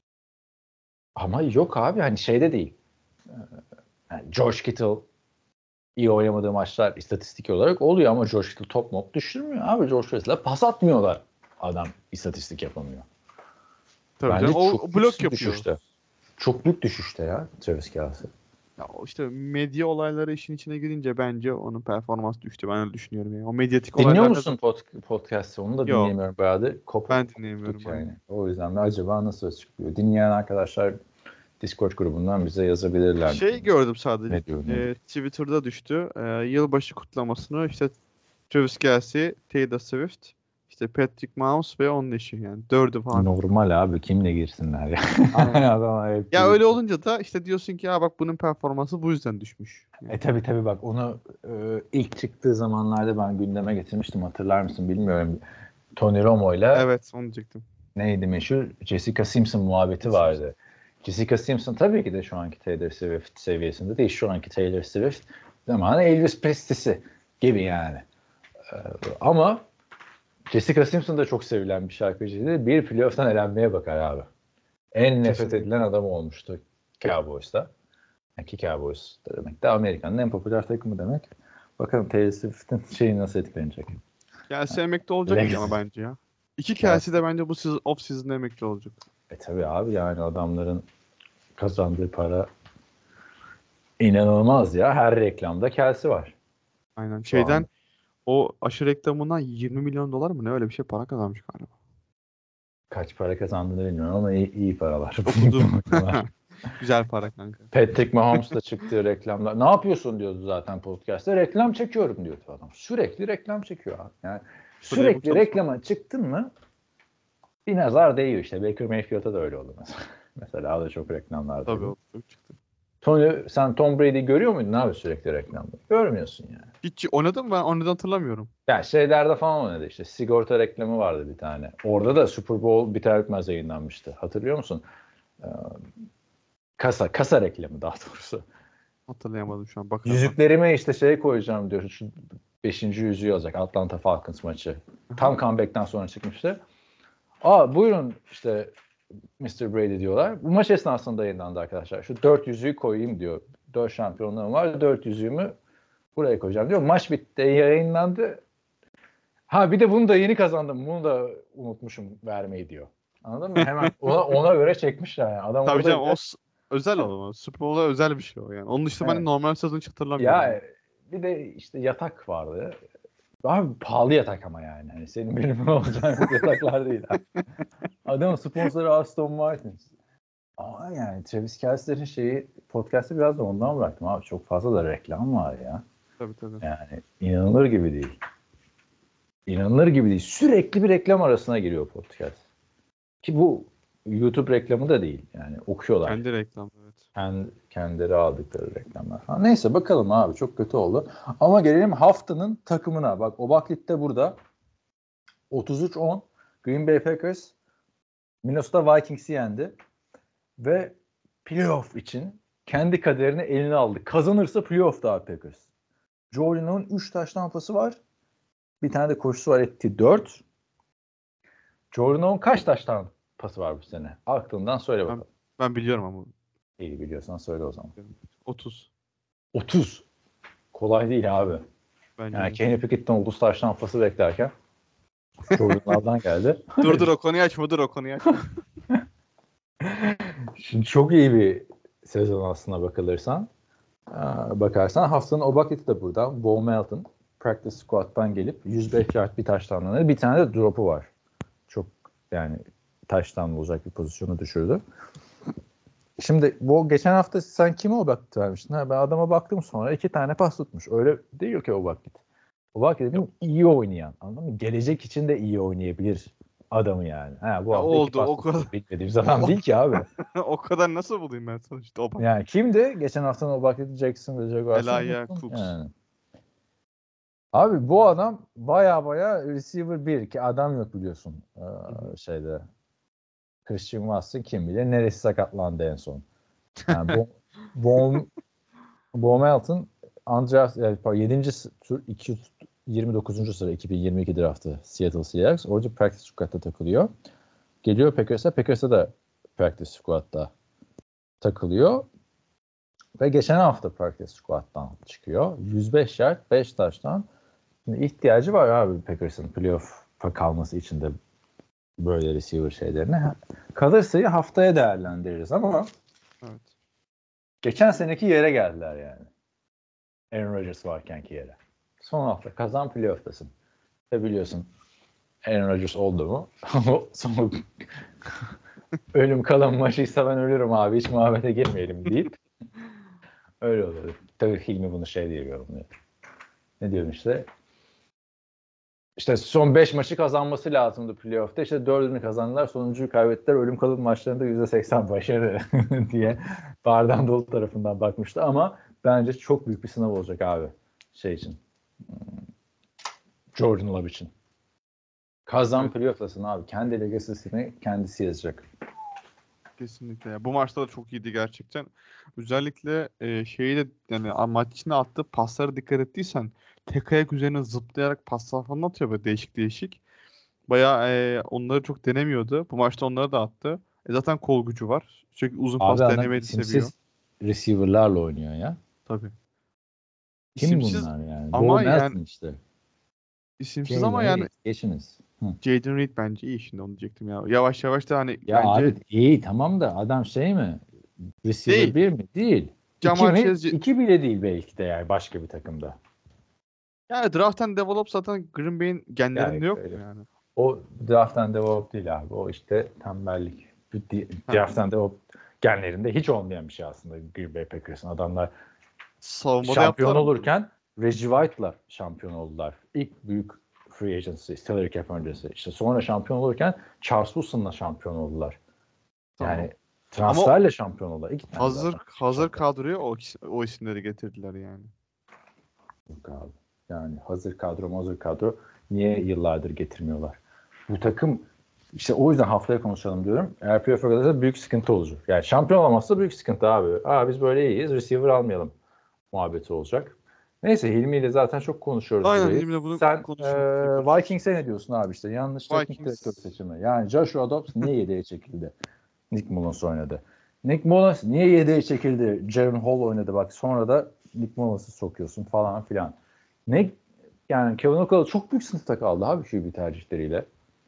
Ama yok abi, hani şeyde değil. Yani George Kittle iyi oynamadığı maçlar istatistik olarak oluyor ama George Kittle top mop düşürmüyor abi. George Kittle'a pas atmıyorlar. Adam istatistik yapamıyor. Tabii Bence canım, o çok blok büyük yapıyor. düşüşte. Çok büyük düşüşte ya Travis Kelce. Ya işte medya olayları işin içine girince bence onun performansı düştü. Ben öyle düşünüyorum yani. O medyatik Dinliyor olaylarda musun podcast'ı? Onu da Yok. dinleyemiyorum bayağıdır. Ben dinleyemiyorum. Yani. O yüzden de acaba nasıl çıkıyor? Dinleyen arkadaşlar Discord grubundan bize yazabilirler. Gördüm sadece. Ne diyor? Twitter'da düştü. Yılbaşı kutlamasını işte Travis Kelce, Taylor Swift, işte Patrick Mahomes ve onun eşi yani. 4'ü falan. Normal abi, kimle girsinler ya. Ya öyle olunca da işte diyorsun ki ya bak bunun performansı bu yüzden düşmüş. Yani. Tabii bak onu ilk çıktığı zamanlarda ben gündeme getirmiştim, hatırlar mısın bilmiyorum. Tony Romo'yla Evet, onu diyecektim. neydi meşhur? Jessica Simpson muhabbeti vardı. Jessica Simpson tabii ki de şu anki Taylor Swift seviyesinde değil. Şu anki Taylor Swift zamanı Elvis Presley'si gibi yani. Ama Jessica Simpson da çok sevilen bir şarkıcıydı. Bir playoff'tan elenmeye bakar abi. En nefret Kesinlikle. edilen adam olmuştu Cowboys'ta. Ki Cowboys da demek de Amerika'nın en popüler takımı demek. Bakalım Taylor Swift'in şeyi nasıl etkilenecek. Kelsey emekli olacak Legacy. ama bence ya. İki Kelsey de bence bu off season'da emekli olacak. Tabii abi yani adamların kazandığı para inanılmaz ya. Her reklamda Kelsey var. Aynen. Şu an. O aşı reklamından 20 milyon dolar mı ne öyle bir şey para kazanmış galiba. Kaç para kazandığını bilmiyorum ama iyi paralar. Okudum. Güzel para kanka. Patrick Mahomes da çıktığı reklamlar. Ne yapıyorsun diyordu zaten podcast'ta. Reklam çekiyorum diyordu adam. Sürekli reklam çekiyor abi. Yani sürekli reklama çıktın mı bir nazar değiyor işte. Baker Mayfield'a da öyle oldu mesela. Mesela o da çok reklamlarda. Tabii o çok çıktı. Sen Tom Brady'yi görüyor muydun abi sürekli reklamda? Görmüyorsun yani. Hiç oynadım mı? Ben onu da hatırlamıyorum. Ya şeylerde falan oynadı işte. Sigorta reklamı vardı bir tane. Orada da Super Bowl biter bitmez yayınlanmıştı. Hatırlıyor musun? Kasa reklamı daha doğrusu. Hatırlayamadım şu an. Bakalım. Yüzüklerime işte şey koyacağım diyor. Şu 5. yüzüğü olacak. Atlanta Falcons maçı. Tam comeback'ten sonra çıkmıştı. Buyurun işte Mr. Brady diyorlar. Bu maç esnasında yayınlandı arkadaşlar. Şu 4 yüzüğü koyayım diyor. 4 şampiyonluğum var. 4 yüzüğümü buraya koyacağım diyor. Maç bitti. Yayınlandı. Bir de bunu da yeni kazandım. Bunu da unutmuşum vermeyi diyor. Anladın mı? Hemen ona göre çekmişler yani. Adam Tabii canım o özel o. Super Bowl'a özel bir şey o yani. Onun dışında ben normal sezonu hiç hatırlamıyorum. Ya bir de işte yatak vardı. Abi pahalı yatak ama yani. Hani senin benim olacağın yataklar değil. Adamın sponsoru Aston Martin. Ama yani Travis Kelce'lerin podcast'ı biraz da ondan bıraktım abi. Çok fazla da reklam var ya. Tabii. Yani inanılır gibi değil. İnanılır gibi değil. Sürekli bir reklam arasına giriyor podcast. Ki bu YouTube reklamı da değil. Yani okuyorlar. Kendi reklam evet. Kendileri aldıkları reklamlar falan. Neyse bakalım abi çok kötü oldu. Ama gelelim haftanın takımına. Bak Obaklit de burada. 33-10 Green Bay Packers Minnesota Vikings'i yendi. Ve playoff için kendi kaderini eline aldı. Kazanırsa playoff'ta abi Packers. Jordan'ın 3 taş tampası var. Bir tane de koşusu var etti 4. Jordan'ın kaç taş tampası var bu sene? Aklından söyle bakalım. Ben biliyorum ama. İyi biliyorsan söyle o zaman. 30. 30. Kolay değil abi. Bence yani Kenny Pickett'ten 30 taş tampası beklerken Jordan'lardan geldi. dur o konuyu açma. Şimdi çok iyi bir sezon aslına bakarsan haftanın Obaklit'i de burada. Bo Melton practice squad'dan gelip 105 yard bir taştanla bir tane de drop'u var. Çok yani taştan olacak bir pozisyonu düşürdü. Şimdi bu geçen hafta sen kime Obaklit vermiştin? Ben adama baktım sonra 2 tane pas tutmuş. Öyle değil ki Obaklit. Obaklit dedim iyi oynayan. Anladın mı? Gelecek için de iyi oynayabilir adamı yani. Bu hafta oldu o kadar. Bilmediğimiz adam değil ki abi. O kadar nasıl bulayım ben sana işte Obaklit. Yani kimdi? Geçen haftanın Obaklit, Jackson ve Jaguars'ın. Elijah Cooks. Yani. Abi bu adam baya receiver 1 ki adam yok biliyorsun şeyde. Christian Watson kim bilir neresi sakatlandı en son. Yani Bo Melton Andreas 7. tur 29. sıra 2022 draftı Seattle Seahawks. Orada practice squad'da takılıyor. Geliyor Packers'a da practice squad'da takılıyor. Ve geçen hafta practice squad'dan çıkıyor. 105 yard 5 taştan. Şimdi ihtiyacı var abi Packers'ın playoff'a kalması için de böyle receiver şeylerine. Kalırsa haftaya değerlendiririz ama evet. Geçen seneki yere geldiler yani. Aaron Rodgers varkenki yere. Son hafta kazan playoff'tasın. Ve biliyorsun Aaron Rodgers oldu mu? Son ölüm kalım maçıysa ben ölürüm abi hiç muhabbete girmeyelim deyip öyle oluyor. Tabii Hilmi bunu diye yorumluyor. Ne diyorum işte? İşte son 5 maçı kazanması lazımdı playoff'ta. İşte 4'ünü kazandılar. Sonuncuyu kaybettiler. Ölüm kalım maçlarında %80 başarı diye bardan dolu tarafından bakmıştı. Ama bence çok büyük bir sınav olacak abi. Için. Jordan Love için. Kazan Evet. playoff'lasın abi. Kendi legacy'sini kendisi yazacak. Kesinlikle. Ya. Bu maçta da çok iyiydi gerçekten. Özellikle şeyi de yani maç içinde attığı paslara dikkat ettiysen tek ayak üzerine zıplayarak paslar falan atıyor böyle değişik değişik. Bayağı onları çok denemiyordu. Bu maçta onları da attı. Zaten kol gücü var. Sürekli uzun Abi pas adam denemeyi de seviyor. isimsiz receiver'larla oynuyor ya. Tabii. Kim İsimsiz bunlar yani? ama Bo yani Nelson işte. isimsiz ama Jalen yani Reed. Geçiniz. Hı. Jaden Reed bence iyi, şimdi onu diyecektim ya. Yavaş yavaş da hani Ya bence abi iyi tamam da adam şey mi? Receiver değil. 1 mi? Değil. 2 Jamal mi? Chase 2 bile değil belki de yani başka bir takımda. yani draft and develop zaten Green Bay'in genlerinde Yani yok mu yani? o draft and develop değil abi. O işte tembellik. Ha. Draft and develop genlerinde hiç olmayan bir şey aslında Green Bay Packers'ın. Adamlar Savunmada şampiyon yaptılar mı? olurken Reggie White'la şampiyon oldular. İlk büyük free agency, salary cap öncesi. İşte sonra şampiyon olurken Charles Woodson'la şampiyon oldular. Tamam. Yani transferle şampiyon oldular. İki tane Hazır zaten. kadroya o isimleri getirdiler yani. Yok abi. Yani hazır kadro niye yıllardır getirmiyorlar? Bu takım işte o yüzden haftaya konuşalım diyorum. Eğer playoff'a kalırsa büyük sıkıntı olacak. Yani şampiyon olamazsa büyük sıkıntı abi. Biz böyle iyiyiz. Receiver almayalım muhabbeti olacak. Neyse Hilmi ile zaten çok konuşuyoruz Aynen, burayı. Hilmi'yle bunu Sen konuşuruz. Vikings'e ne diyorsun abi işte? Yanlış teknik Vikings. direktör seçimi. Yani Joshua Dobbs niye yedeğe çekildi? Nick Mullins oynadı. Nick Mullins niye yedeğe çekildi? Jaren Hall oynadı bak. Sonra da Nick Mullins'ı sokuyorsun falan filan. Yani Kevin O'Connell çok büyük sınıfta kaldı abi QB tercihleriyle.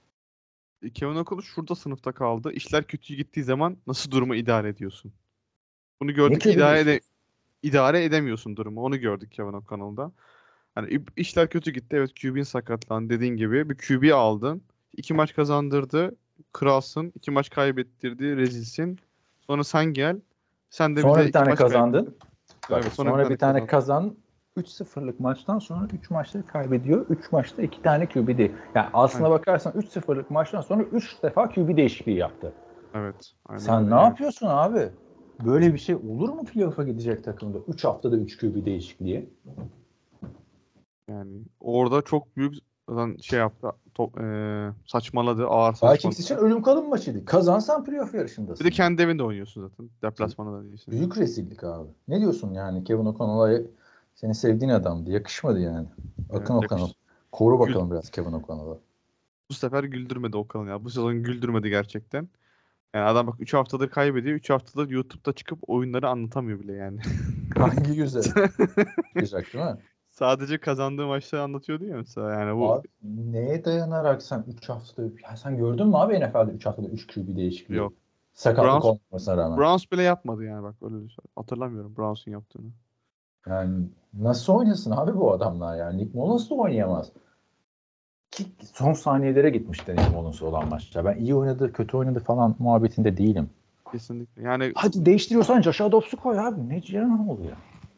Kevin O'Connell şurada sınıfta kaldı. İşler kötü gittiği zaman nasıl durumu idare ediyorsun? Bunu Ne gördük, QB değişti? idare edemiyorsun durumu. Onu gördük Kevin O'Connell'da. Hani işler kötü gitti. Evet, QB'in sakatlandı dediğin gibi. Bir QB aldın. 2 maç kazandırdı. Kralsın. 2 maç kaybettirdi. Rezilsin. Sonra sen gel. Sen de Sonra bize bir 2 tane maç kaybettir. kazandın. Bak Evet, sonra bir tane kazandın. kazan 3-0'lık maçtan sonra 3 maçları kaybediyor. 3 maçta 2 tane QB değil. Yani aslına Aynen. bakarsan 3-0'lık maçtan sonra 3 defa QB değişikliği yaptı. Evet. Aynen Sen öyle ne yani. yapıyorsun abi? Böyle bir şey olur mu playoff'a gidecek takımda? 3 haftada 3 QB değişikliği. Yani orada çok büyük zaten şey yaptı. Saçmaladı. Ağır Vikings için saçmaladı. ölüm kalım maçıydı. Kazansan playoff Bir yarışındasın. de kendi evinde oynuyorsun zaten. Deplasmana da değilsin. Büyük rezillik abi. Ne diyorsun yani Kevin O'Connell'a seni sevdiğin adamdı. Yakışmadı yani. Akın Evet, O'Connell. Koru bakalım biraz Kevin O'Connell'a. Bu sefer güldürmedi Okan'ı ya. Bu sezon güldürmedi gerçekten. Yani adam bak 3 haftadır kaybediyor. 3 haftadır YouTube'da çıkıp oyunları anlatamıyor bile yani. Hangi yüze? Çıkacak değil mi? Sadece kazandığı maçları anlatıyordu ya mesela. Yani bu Abi neye dayanarak sen 3 haftada ya sen gördün mü abi NFL'de 3 haftada 3 QB değişikliği? yok. Sakatlık Browns, olmamasına rağmen. Browns bile yapmadı yani, bak öyle hatırlamıyorum Browns'un yaptığını. Yani nasıl oynasın abi bu adamlar yani? Nick Mullins da oynayamaz. Ki son saniyelere gitmişti Nick Mullins'ı olan maçta. Ben iyi oynadı, kötü oynadı falan muhabbetinde değilim. Kesinlikle. Yani Hadi değiştiriyorsan Joshua Dobbs'u koy abi. Ne ciğerin oluyor?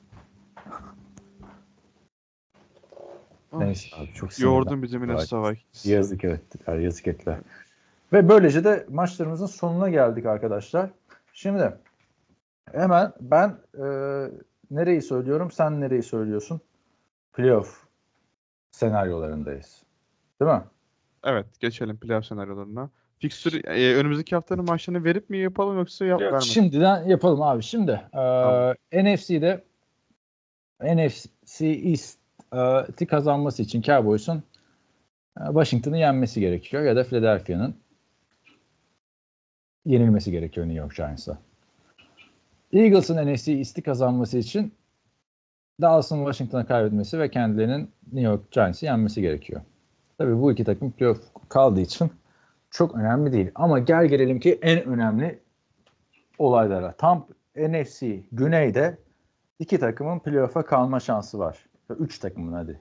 Neyse abi çok sinirlendim. yordun bizi Minnesota Vikings. Yazık ettiler, yazık ettiler. Ve böylece de maçlarımızın sonuna geldik arkadaşlar. Şimdi hemen ben nereyi söylüyorum, sen nereyi söylüyorsun? Playoff senaryolarındayız. Değil mi? Evet, geçelim playoff senaryolarına. Fixture önümüzdeki haftanın maçlarını verip mi yapalım yoksa vermek? Şimdiden yapalım abi. Şimdi Tamam. NFC'de NFC East'i kazanması için Cowboys'un Washington'ı yenmesi gerekiyor ya da Philadelphia'nın yenilmesi gerekiyor New York Giants'a. Eagles'ın NFC East'i kazanması için Dallas'ın Washington'a kaybetmesi ve kendilerinin New York Giants'ı yenmesi gerekiyor. Tabii bu iki takım playoff kaldığı için çok önemli değil. Ama gel gelelim ki en önemli olaylara. Tam NFC Güney'de iki takımın playoff'a kalma şansı var. 3 takımın hadi.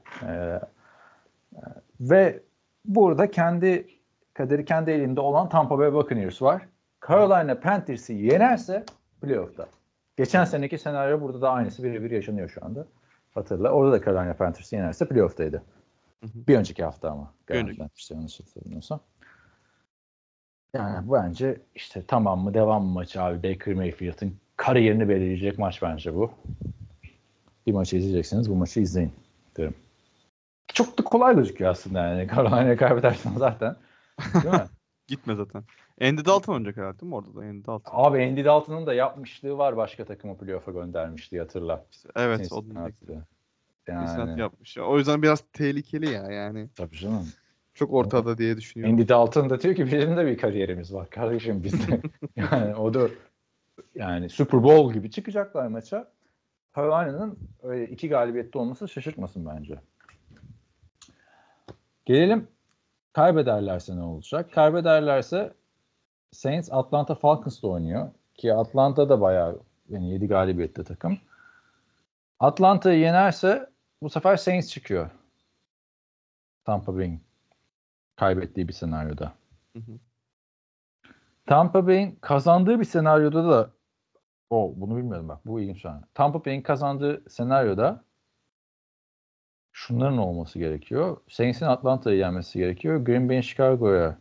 Ve burada kaderi kendi elinde olan Tampa Bay Buccaneers var. Carolina Panthers'ı yenerse playoff'ta. Geçen seneki senaryo burada da aynısı birebir yaşanıyor şu anda. Hatırla. Orada da Carolina Panthers'ı yenerse playoff'taydı. Bir önceki hafta ama. Yanlış hatırlamıyorsam. Yani bence işte tamam mı devam mı maçı abi. Baker Mayfield'ın kariyerini belirleyecek maç bence bu. Bir maçı izleyeceksiniz bu maçı izleyin derim. çok da kolay gözüküyor aslında yani. Carolina'ya kaybedersen zaten. Değil mi? Gitme zaten. Andy Dalton oynayacak herhalde değil mi orada da? Andy Dalton. Abi Andy Dalton'ın da yapmışlığı var, başka takımı playoff'a göndermişti, hatırla. Evet. O da Cincinnati'de. Cincinnati Yani yapmış. O yüzden biraz tehlikeli ya yani. tabii canım. Çok ortada diye düşünüyorum. Andy Dalton da diyor ki bizim de bir kariyerimiz var kardeşim bizde. Yani o da yani Super Bowl gibi çıkacaklar maça. Carolina'nın öyle 2 galibiyette olması şaşırtmasın bence. Gelelim kaybederlerse ne olacak? Kaybederlerse Saints Atlanta Falcons'la oynuyor. Ki Atlanta da bayağı yani 7 galibiyette takım. Atlanta'yı yenerse bu sefer Saints çıkıyor. Tampa Bay'in kaybettiği bir senaryoda. Hı hı. Tampa Bay'in kazandığı bir senaryoda da bunu bilmiyordum bak. Bu ilginç yani. Tampa Bay'in kazandığı senaryoda şunların olması gerekiyor. Saints'in Atlanta'yı yenmesi gerekiyor. Green Bay'in Chicago'ya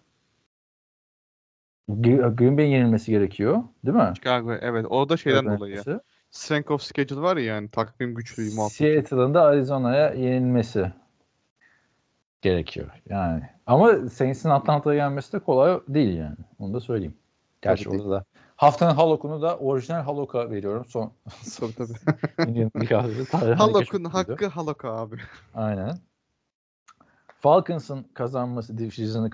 Green Bay'in yenilmesi gerekiyor. Değil mi? Chicago evet. O da şeyden Evet, dolayı ya. Strength of schedule var ya yani takvim güçlüğü muhabbeti. Seattle'ın da Arizona'ya yenilmesi gerekiyor. Yani ama Saints'in Atlanta'ya gelmesi de kolay değil yani. Onu da söyleyeyim. Gerçi Tabii orada da haftanın Halok'unu da orijinal Halok'a veriyorum. Tabii. Indian Beyazı'da Halok'un hakkı Halok abi. Aynen. Falcons'ın kazanması, Division'ı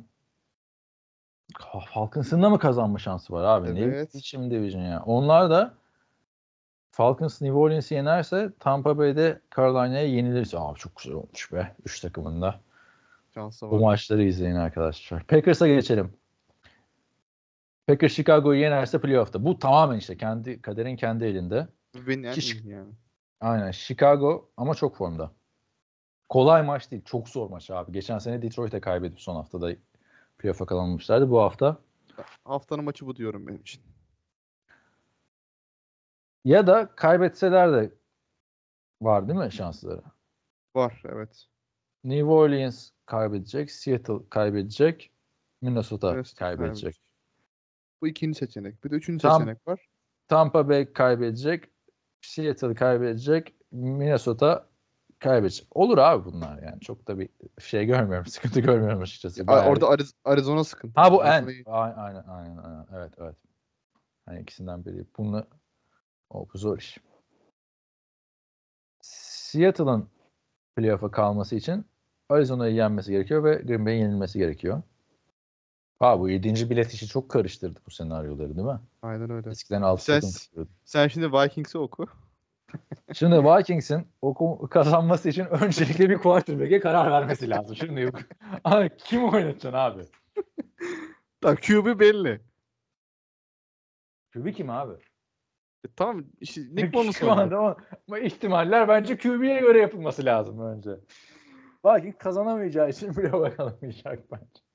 Falcons'ın da mı kazanma şansı var abi? Evet. Ne biçim Division ya? Onlar da Falcons New Orleans'ı yenerse Tampa Bay'de Carolina'ya yenilirse çok güzel olmuş be. 3 takımın da. Şansı Bu var. maçları izleyin arkadaşlar. Packers'a geçelim. Packers Chicago'yu yenerse playoff'ta. Bu tamamen işte kaderin kendi elinde. Benim en Hiç, iyi yani. aynen Chicago ama çok formda. Kolay maç değil. Çok zor maç abi. Geçen sene Detroit'e kaybedip son haftada playoff'a kalamamışlardı. Bu hafta Haftanın maçı bu diyorum benim için. ya da kaybetseler de var değil mi şansları? Var evet. New Orleans kaybedecek, Seattle kaybedecek, Minnesota Minnesota kaybedecek. Bu ikinci seçenek. Bir de üçüncü seçenek var. Tampa Bay kaybedecek, Seattle kaybedecek, Minnesota kaybedecek. Olur abi bunlar yani. Çok da bir şey görmüyorum, sıkıntı görmüyorum açıkçası. Orada Arizona sıkıntı. Ha bu aynen. Evet. Hani ikisinden biri. Bu zor iş. Seattle'ın playoff'a kalması için Arizona'yı yenmesi gerekiyor ve Green Bay'in yenilmesi gerekiyor. Bu 7. bilet işi çok karıştırdı bu senaryoları değil mi? Aynen öyle. Eskiden 6 takım tutuyordu. Sen şimdi Vikings'i oku. Şimdi Vikings'in kazanması için öncelikle bir quarterback'e karar vermesi lazım. Şimdi yok. Kim oynatacaksın abi? Tamam QB belli. QB kim abi? Tamam işte Nick Bonus Şu anda ama ihtimaller bence QB'ye göre yapılması lazım önce. Vikings kazanamayacağı için bile bakalamayacak bence.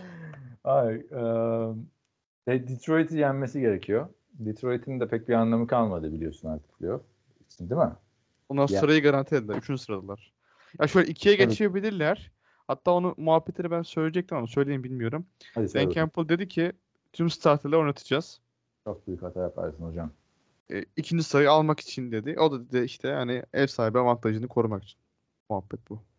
Detroit'i yenmesi gerekiyor. Detroit'in de pek bir anlamı kalmadı biliyorsun artık playoff. Değil mi? Onlar sırayı garanti ettiler. Üçüncü sıradılar. Ya şöyle ikiye geçebilirler. Hatta onu muhabbetleri ben söyleyecektim ama söyleyeyim bilmiyorum. Dan Campbell dedi ki tüm starterları oynatacağız. Çok büyük hata yaparsın hocam. İkinci sırayı almak için dedi. O da dedi işte hani ev sahibi avantajını korumak için. Muhabbet bu.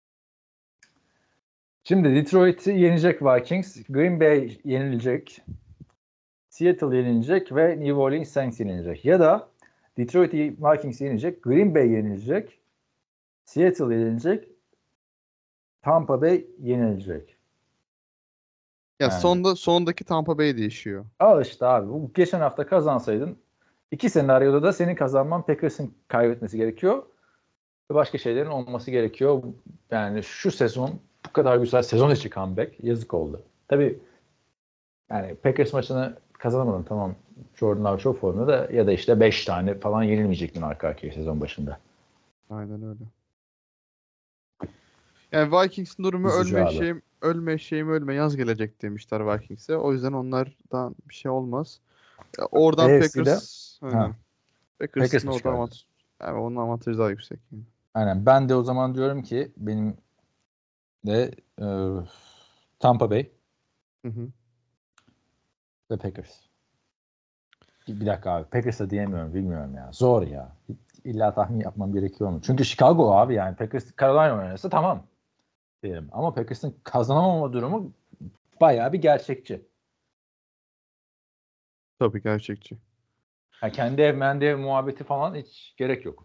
Şimdi Detroit'i yenecek Vikings. Green Bay yenilecek. Seattle yenilecek ve New Orleans Saints yenilecek. Ya da Detroit Vikings yenilecek. Green Bay yenilecek. Seattle yenilecek. Tampa Bay yenilecek. Ya sondaki Tampa Bay değişiyor. Al işte abi. Bu geçen hafta kazansaydın 2 senaryoda da senin kazanman Packers'ın kaybetmesi gerekiyor. Ve başka şeylerin olması gerekiyor. Yani şu sezon bu kadar güzel sezon içi comeback yazık oldu. Tabii yani Packers maçını kazanamadın tamam. Jordan Love çok formda da ya da işte 5 tane falan yenilmeyecektin arka arkaya sezon başında. Aynen öyle. Yani Vikings'in durumu ölme eşeğim yaz gelecek demişler Vikings'e. O yüzden onlardan bir şey olmaz. Oradan Packers Packers'ın oradan onun avantajı daha yüksek. Yani. Aynen. Ben de o zaman diyorum ki benim de Tampa Bay ve Packers. Bir dakika abi. Packers'a diyemiyorum. Bilmiyorum ya. Zor ya. İlla tahmin yapmam gerekiyor mu? Çünkü Chicago abi yani. Packers Carolina oynarsa tamam derim. Ama Packers'ın kazanamama durumu bayağı bir gerçekçi. Tabii gerçekçi. Yani kendi ev muhabbeti falan hiç gerek yok.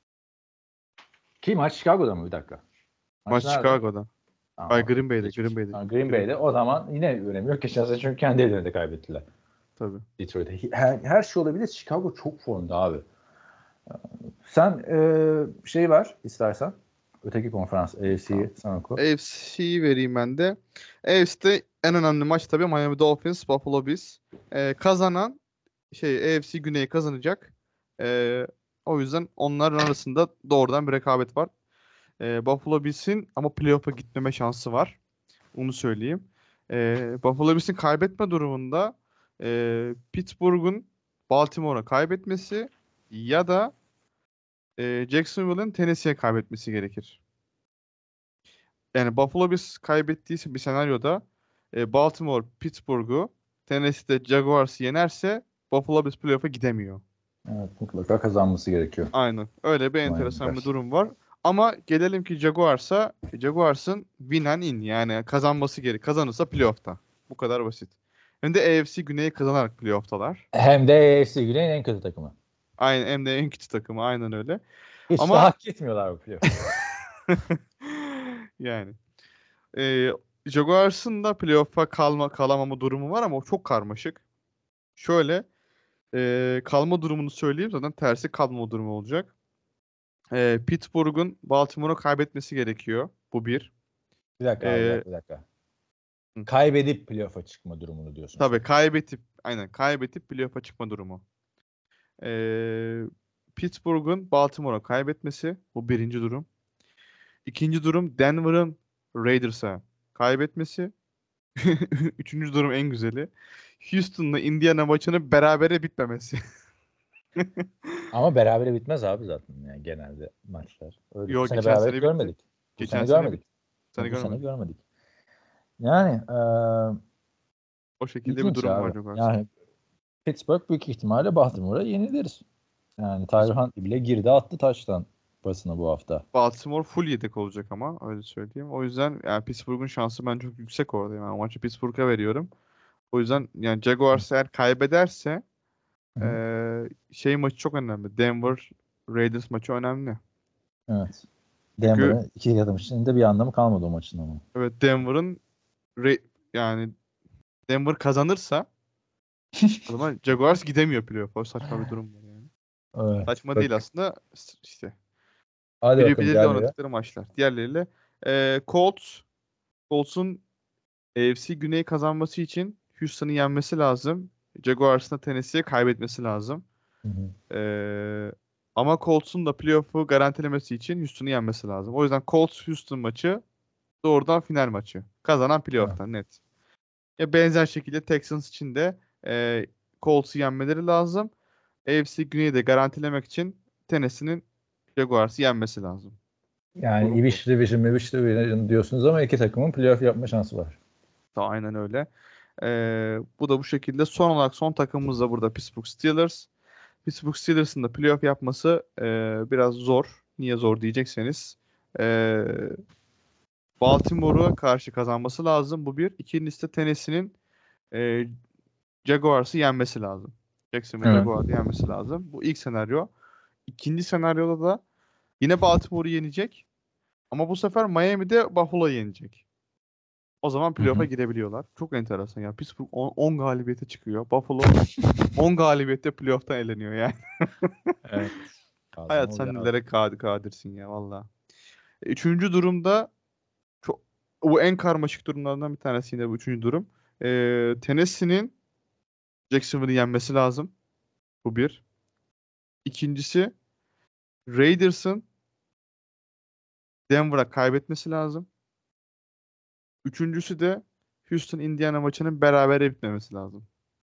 Ki maç Chicago'da mı bir dakika? Maç nerede? Chicago'da. Tamam, Ay okey. Green Bay'de. Geçmiş. Green Bay'de. Ha, Green Bay'de. O zaman yine önemi yok. Geçen sene çünkü kendi evlerinde kaybettiler. Tabii. Detroit'e. Her şey olabilir. Chicago çok formda abi. Sen şey ver istersen. Öteki konferans AFC'yi sen oku. AFC'yi vereyim ben de. AFC'de en önemli maç tabii Miami Dolphins, Buffalo Bills. Kazanan AFC Güney'i kazanacak. O yüzden onların arasında doğrudan bir rekabet var. Buffalo Bills'in ama playoff'a gitmeme şansı var. Onu söyleyeyim. Buffalo Bills'in kaybetme durumunda Pittsburgh'un Baltimore'a kaybetmesi ya da Jacksonville'ın Tennessee'ye kaybetmesi gerekir. Yani Buffalo Bills kaybettiyse bir senaryoda Baltimore Pittsburgh'u Tennessee'de Jaguars'ı yenerse Buffalo Bills playoff'a gidemiyor. Evet, mutlaka kazanması gerekiyor. Aynen. Öyle bir Miami enteresan bir karşı. durum var. Ama gelelim ki Jaguars'a. Jaguars'ın win and in yani kazanması gerek. Kazanırsa playoff'ta. Bu kadar basit. Hem de AFC Güney'i kazanarak playoff'talar. Hem de AFC Güney'in en kötü takımı. Aynen hem de en kötü takımı aynen öyle. Hiç Ama de hak etmiyorlar bu playoff. yani Jaguars'ın da playoff'a kalamama durumu var ama o çok karmaşık. Şöyle kalma durumunu söyleyeyim zaten tersi kalma durumu olacak. Pittsburgh'un Baltimore'u kaybetmesi gerekiyor. Bu bir. Bir dakika abi, bir dakika. Hı. Kaybedip playoff'a çıkma durumunu diyorsun. Tabii kaybetip playoff'a çıkma durumu. Pittsburgh'un Baltimore'a kaybetmesi bu birinci durum. İkinci durum Denver'ın Raiders'a kaybetmesi. Üçüncü durum en güzeli. Houston'la Indiana maçının berabere bitmemesi. Ama berabere bitmez abi zaten yani genelde maçlar. Öyle Yo, bu sene geçen beraber sene görmedik. bitti. Bu Geçen sene sene görmedik. bitti. Bu sene Bu sene görmedim. görmedik. Yani O şekilde bir ilginç durum var abi. Jaguars'ın. Yani Pittsburgh büyük ihtimalle Baltimore'a yeniliriz. Yani Tyler Huntley bile girdi attı taştan basına bu hafta. Baltimore full yedek olacak ama öyle söyleyeyim. O yüzden yani Pittsburgh'un şansı ben çok yüksek orada. Yani o maçı Pittsburgh'a veriyorum. O yüzden yani Jaguars eğer kaybederse maçı çok önemli. Denver Raiders maçı önemli. Evet. Denver'ın iki adım içinde bir anlamı kalmadı o maçın ama. Evet Denver'ın yani Denver kazanırsa o zaman Jaguars gidemiyor playoff'a. Saçma bir durum var yani. Evet. Saçma değil aslında işte. Hadi bakalım Birbiriyle diğerleri. oynadıkları maçlar. Diğerleriyle Colts'un AFC Güney kazanması için Houston'ı yenmesi lazım. Jaguars'ın Tennessee'ye kaybetmesi lazım. Hı hı. Ama Colts'un da playoff'u garantilemesi için Houston'ı yenmesi lazım. O yüzden Colts-Houston maçı doğrudan final maçı. Kazanan playoff'tan net. Benzer şekilde Texans için de Colts'u yenmeleri lazım. AFC Güney'i de garantilemek için Tennessee'nin Jaguars'ı yenmesi lazım. Yani Evish Division diyorsunuz ama iki takımın playoff yapma şansı var. Aynen öyle. Bu da bu şekilde. Son olarak son takımımız da burada Pittsburgh Steelers. Pittsburgh Steelers'ın da playoff yapması biraz zor. Niye zor diyecekseniz. Baltimore'u karşı kazanması lazım. Bu bir. İkincisi de Tennessee'nin Jaguars'ı yenmesi lazım. Jacksonville Jaguars'ı yenmesi lazım. Bu ilk senaryo. İkinci senaryoda da yine Baltimore'u yenecek. Ama bu sefer Miami'de Buffalo'yu yenecek. O zaman playoff'a girebiliyorlar. Çok enteresan ya. Pittsburgh 10 galibiyete çıkıyor. Buffalo 10 galibiyette playoff'tan eleniyor yani. Evet. Hayat sen nelere kadirsin ya valla. Üçüncü durumda bu en karmaşık durumlardan bir tanesi yine bu üçüncü durum. Tennessee'nin Jacksonville'ı yenmesi lazım. Bu bir. İkincisi Raiders'ın Denver'a kaybetmesi lazım. Üçüncüsü de Houston Indiana maçının berabere bitmemesi lazım.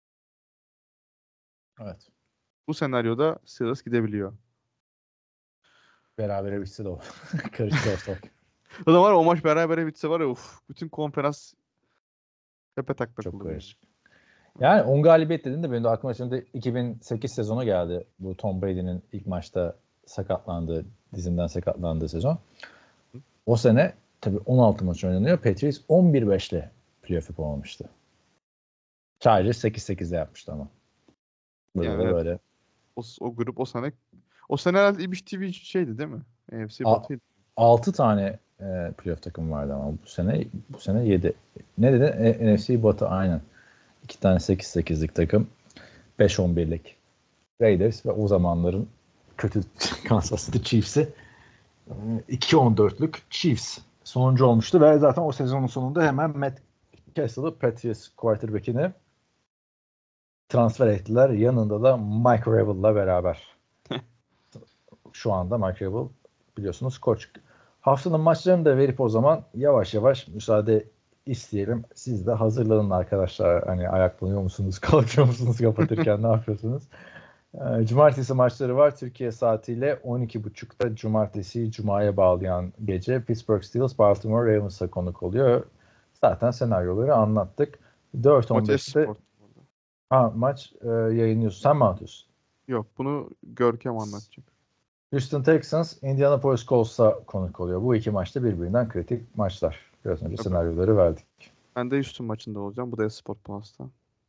Evet. Bu senaryoda Steelers gidebiliyor. Berabere bitse de o. Karıştı ortalık. O da var o maç berabere bitse var ya bütün konferans tepe taklak Çok olur. karışık. Yani 10 galibiyet dediğin de benim de aklıma şimdi 2008 sezonu geldi. Bu Tom Brady'nin ilk maçta dizinden sakatlandığı sezon. O sene tabii 16 maç oynanıyor. Patriots 11-5'le playoff yapamamıştı. Chargers 8-8'de yapmıştı ama. Böyle Yani evet. böyle. O grup o sene herhalde İbiş TV şeydi değil mi? AFC Batı'ydı. 6 tane playoff takım vardı ama bu sene 7. Ne dedin? NFC Batı aynen. 2 tane 8-8'lik takım. 5-11'lik Raiders ve o zamanların kötü Kansas City Chiefs'i 2-14'lük Chiefs sonuncu olmuştu ve zaten o sezonun sonunda hemen Matt Castle'ı Patriots quarterback'ini transfer ettiler. Yanında da Mike Vrabel'la beraber. Şu anda Mike Vrabel biliyorsunuz koç. Haftanın maçlarını da verip o zaman yavaş yavaş müsaade isteyelim. Siz de hazırlanın arkadaşlar. Hani ayaklanıyor musunuz, kalkıyor musunuz kapatırken ne yapıyorsunuz? Cumartesi maçları var. Türkiye saatiyle 12.30'da cumartesi Cuma'ya bağlayan gece Pittsburgh Steelers Baltimore Ravens'a konuk oluyor. Zaten senaryoları anlattık. 4.15'te maç yayınlıyorsun. Sen mi atıyorsun? Yok, bunu Görkem anlatacak. Houston Texans Indianapolis Colts'a konuk oluyor. Bu iki maçta birbirinden kritik maçlar. Biraz önce senaryoları verdik. Ben de Houston maçında olacağım. Bu da Sport Plus'ta.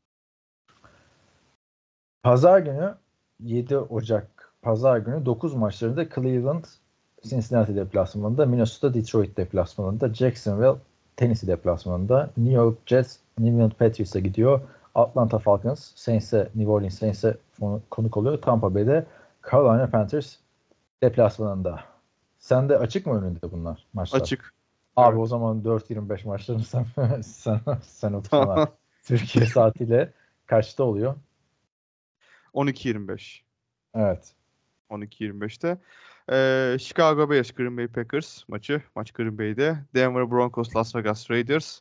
Pazar günü 7 Ocak Pazar günü 9 maçlarında Cleveland Cincinnati deplasmanında, Minnesota Detroit deplasmanında, Jacksonville Tennessee deplasmanında, New York Jets New England Patriots'a gidiyor. Atlanta Falcons New Orleans Saints'e konuk oluyor. Tampa Bay'de Carolina Panthers deplasmanında. Sende açık mı önünde bunlar maçlar? Açık. Abi Evet. O zaman 4-25 maçlarını sen otursana. Türkiye saatiyle kaçta oluyor? 12:25. Evet. 12:25'te. Chicago Bears Green Bay Packers maçı. Maç Green Bay'de. Denver Broncos Las Vegas Raiders.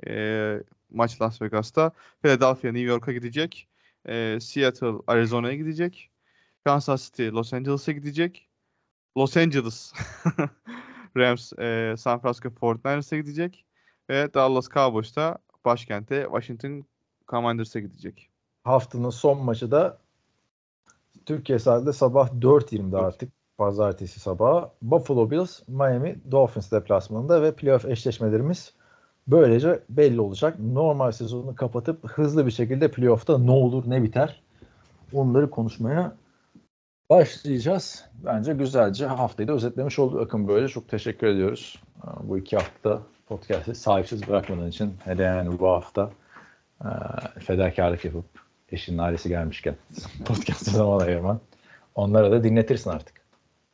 Maç Las Vegas'ta. Philadelphia New York'a gidecek. Seattle Arizona'ya gidecek. Kansas City Los Angeles'a gidecek. Los Angeles Rams San Francisco 49ers'a gidecek. Ve Dallas Cowboys da başkente Washington Commanders'a gidecek. Haftanın son maçı da Türkiye saatiyle sabah 4.20'de artık pazartesi sabahı Buffalo Bills Miami Dolphins deplasmanında ve playoff eşleşmelerimiz böylece belli olacak. Normal sezonu kapatıp hızlı bir şekilde playoff'ta ne olur ne biter onları konuşmaya başlayacağız. Bence güzelce haftayı da özetlemiş olduk. Akın böyle çok teşekkür ediyoruz. Bu 2 hafta podcast'i sahipsiz bırakmadığın için hele yani bu hafta fedakarlık yapıp eşinin ailesi gelmişken podcast'ı zaman ayırman. Onlara da dinletirsin artık.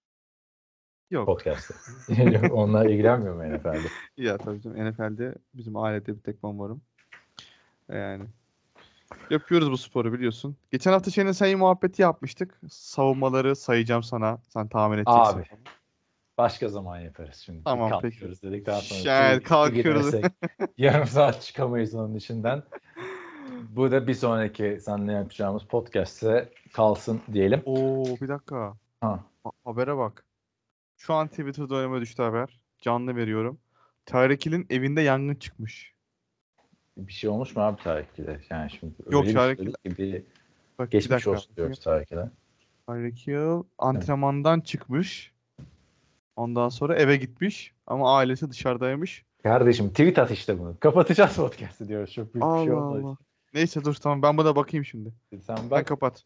Yok. Podcast'ı. Onlar ilgilenmiyor mu NFL'de? Ya tabii canım. NFL'de bizim ailede bir tek ben varım. Yani yapıyoruz bu sporu biliyorsun. Geçen hafta şeyin sayı muhabbeti yapmıştık. Savunmaları sayacağım sana. Sen tahmin edeceksin. Abi. Başka zaman yaparız şimdi. Tamam, kalkıyoruz peki. dedik. Daha sonra Yani kalkıyoruz. yarım saat çıkamayız onun içinden. Bu da bir sonraki seninle yapacağımız podcast'e kalsın diyelim. Oo, bir dakika. Ha. Habere bak. Şu an Twitter'da önüme düştü haber. Canlı veriyorum. Tyreek Hill'in evinde yangın çıkmış. Bir şey olmuş mu abi Tyreek Hill'e? Yani şimdi Yok, öyle Tyreek bir şey değil ki Bak, geçmiş bir dakika. olsun diyoruz Tyreek Hill'e. Tyreek Hill antrenmandan çıkmış. Ondan sonra eve gitmiş. Ama ailesi dışarıdaymış. Kardeşim tweet at işte bunu. Kapatacağız podcast'ı diyoruz. Çok büyük bir şey Allah olmadı. Allah. Neyse dur tamam, ben buna bakayım şimdi. Sen Sen bak. kapat.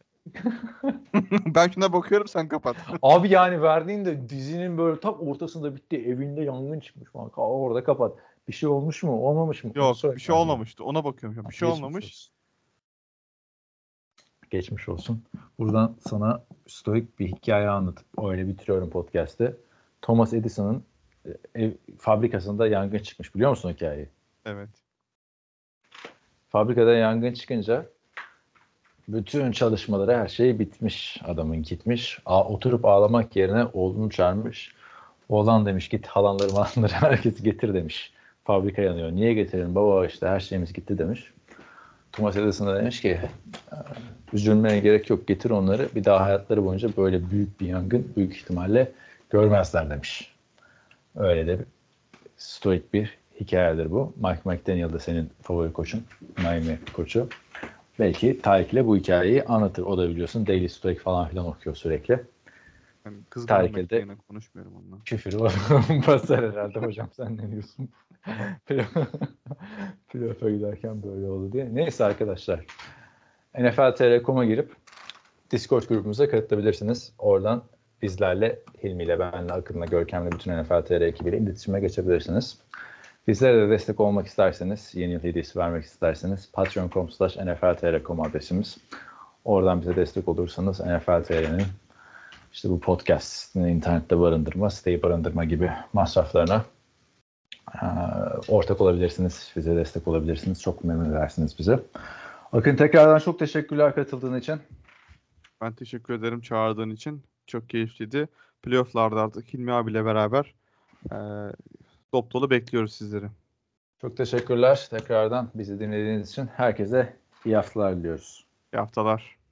Ben şuna bakıyorum, sen kapat. Abi yani verdiğin de dizinin böyle tam ortasında bitti. Evinde yangın çıkmış falan. Orada kapat. Bir şey olmuş mu? Olmamış mı? Yok, Söyle bir şey yani. olmamıştı. Ona bakıyorum şu an. Bir şey Geçmiş olmamış. olsun. Geçmiş olsun. Buradan sana stoik bir hikaye anlatıp öyle bitiriyorum podcast'ı. Thomas Edison'ın fabrikasında yangın çıkmış. Biliyor musun o hikayeyi? Evet. Fabrikada yangın çıkınca bütün çalışmaları, her şey bitmiş. Adamın gitmiş. Oturup ağlamak yerine oğlunu çağırmış. Oğlan demiş git halanları herkes getir demiş. Fabrika yanıyor. Niye getirelim baba, işte her şeyimiz gitti demiş. Thomas Edison da demiş ki üzülmeye gerek yok, getir onları. Bir daha hayatları boyunca böyle büyük bir yangın büyük ihtimalle görmezler demiş. Öyle de stoik bir hikayedir bu. Mike McDaniel da senin favori koçun. Miami koçu. belki Tarık'le bu hikayeyi anlatır. O da biliyorsun Daily Stoic falan filan okuyor sürekli. Yani kızgınım Tarık'la da yine konuşmuyorum onunla. küfür var. Basar herhalde hocam, sen ne diyorsun? Playoff'a giderken böyle oldu diye. Neyse arkadaşlar. NFL.tr.com'a girip Discord grubumuza katılabilirsiniz. Oradan bizlerle, Hilmi'yle, benle, Akın'la, Görkem'le, bütün NFL.tr ekibiyle iletişime geçebilirsiniz. Bizlere de destek olmak isterseniz, yeni yıl hediyesi vermek isterseniz patreon.com/nfltr.com adresimiz. Oradan bize destek olursanız NFL.tr'nin işte bu podcast'ini internette barındırma, siteyi barındırma gibi masraflarına ortak olabilirsiniz. Bize destek olabilirsiniz. Çok memnun edersiniz bize. Akın, tekrardan çok teşekkürler katıldığın için. Ben teşekkür ederim çağırdığın için. Çok keyifliydi. Playoff'larda artık Hilmi abiyle beraber dop dolu bekliyoruz sizleri. Çok teşekkürler tekrardan bizi dinlediğiniz için. Herkese iyi haftalar diliyoruz. İyi haftalar.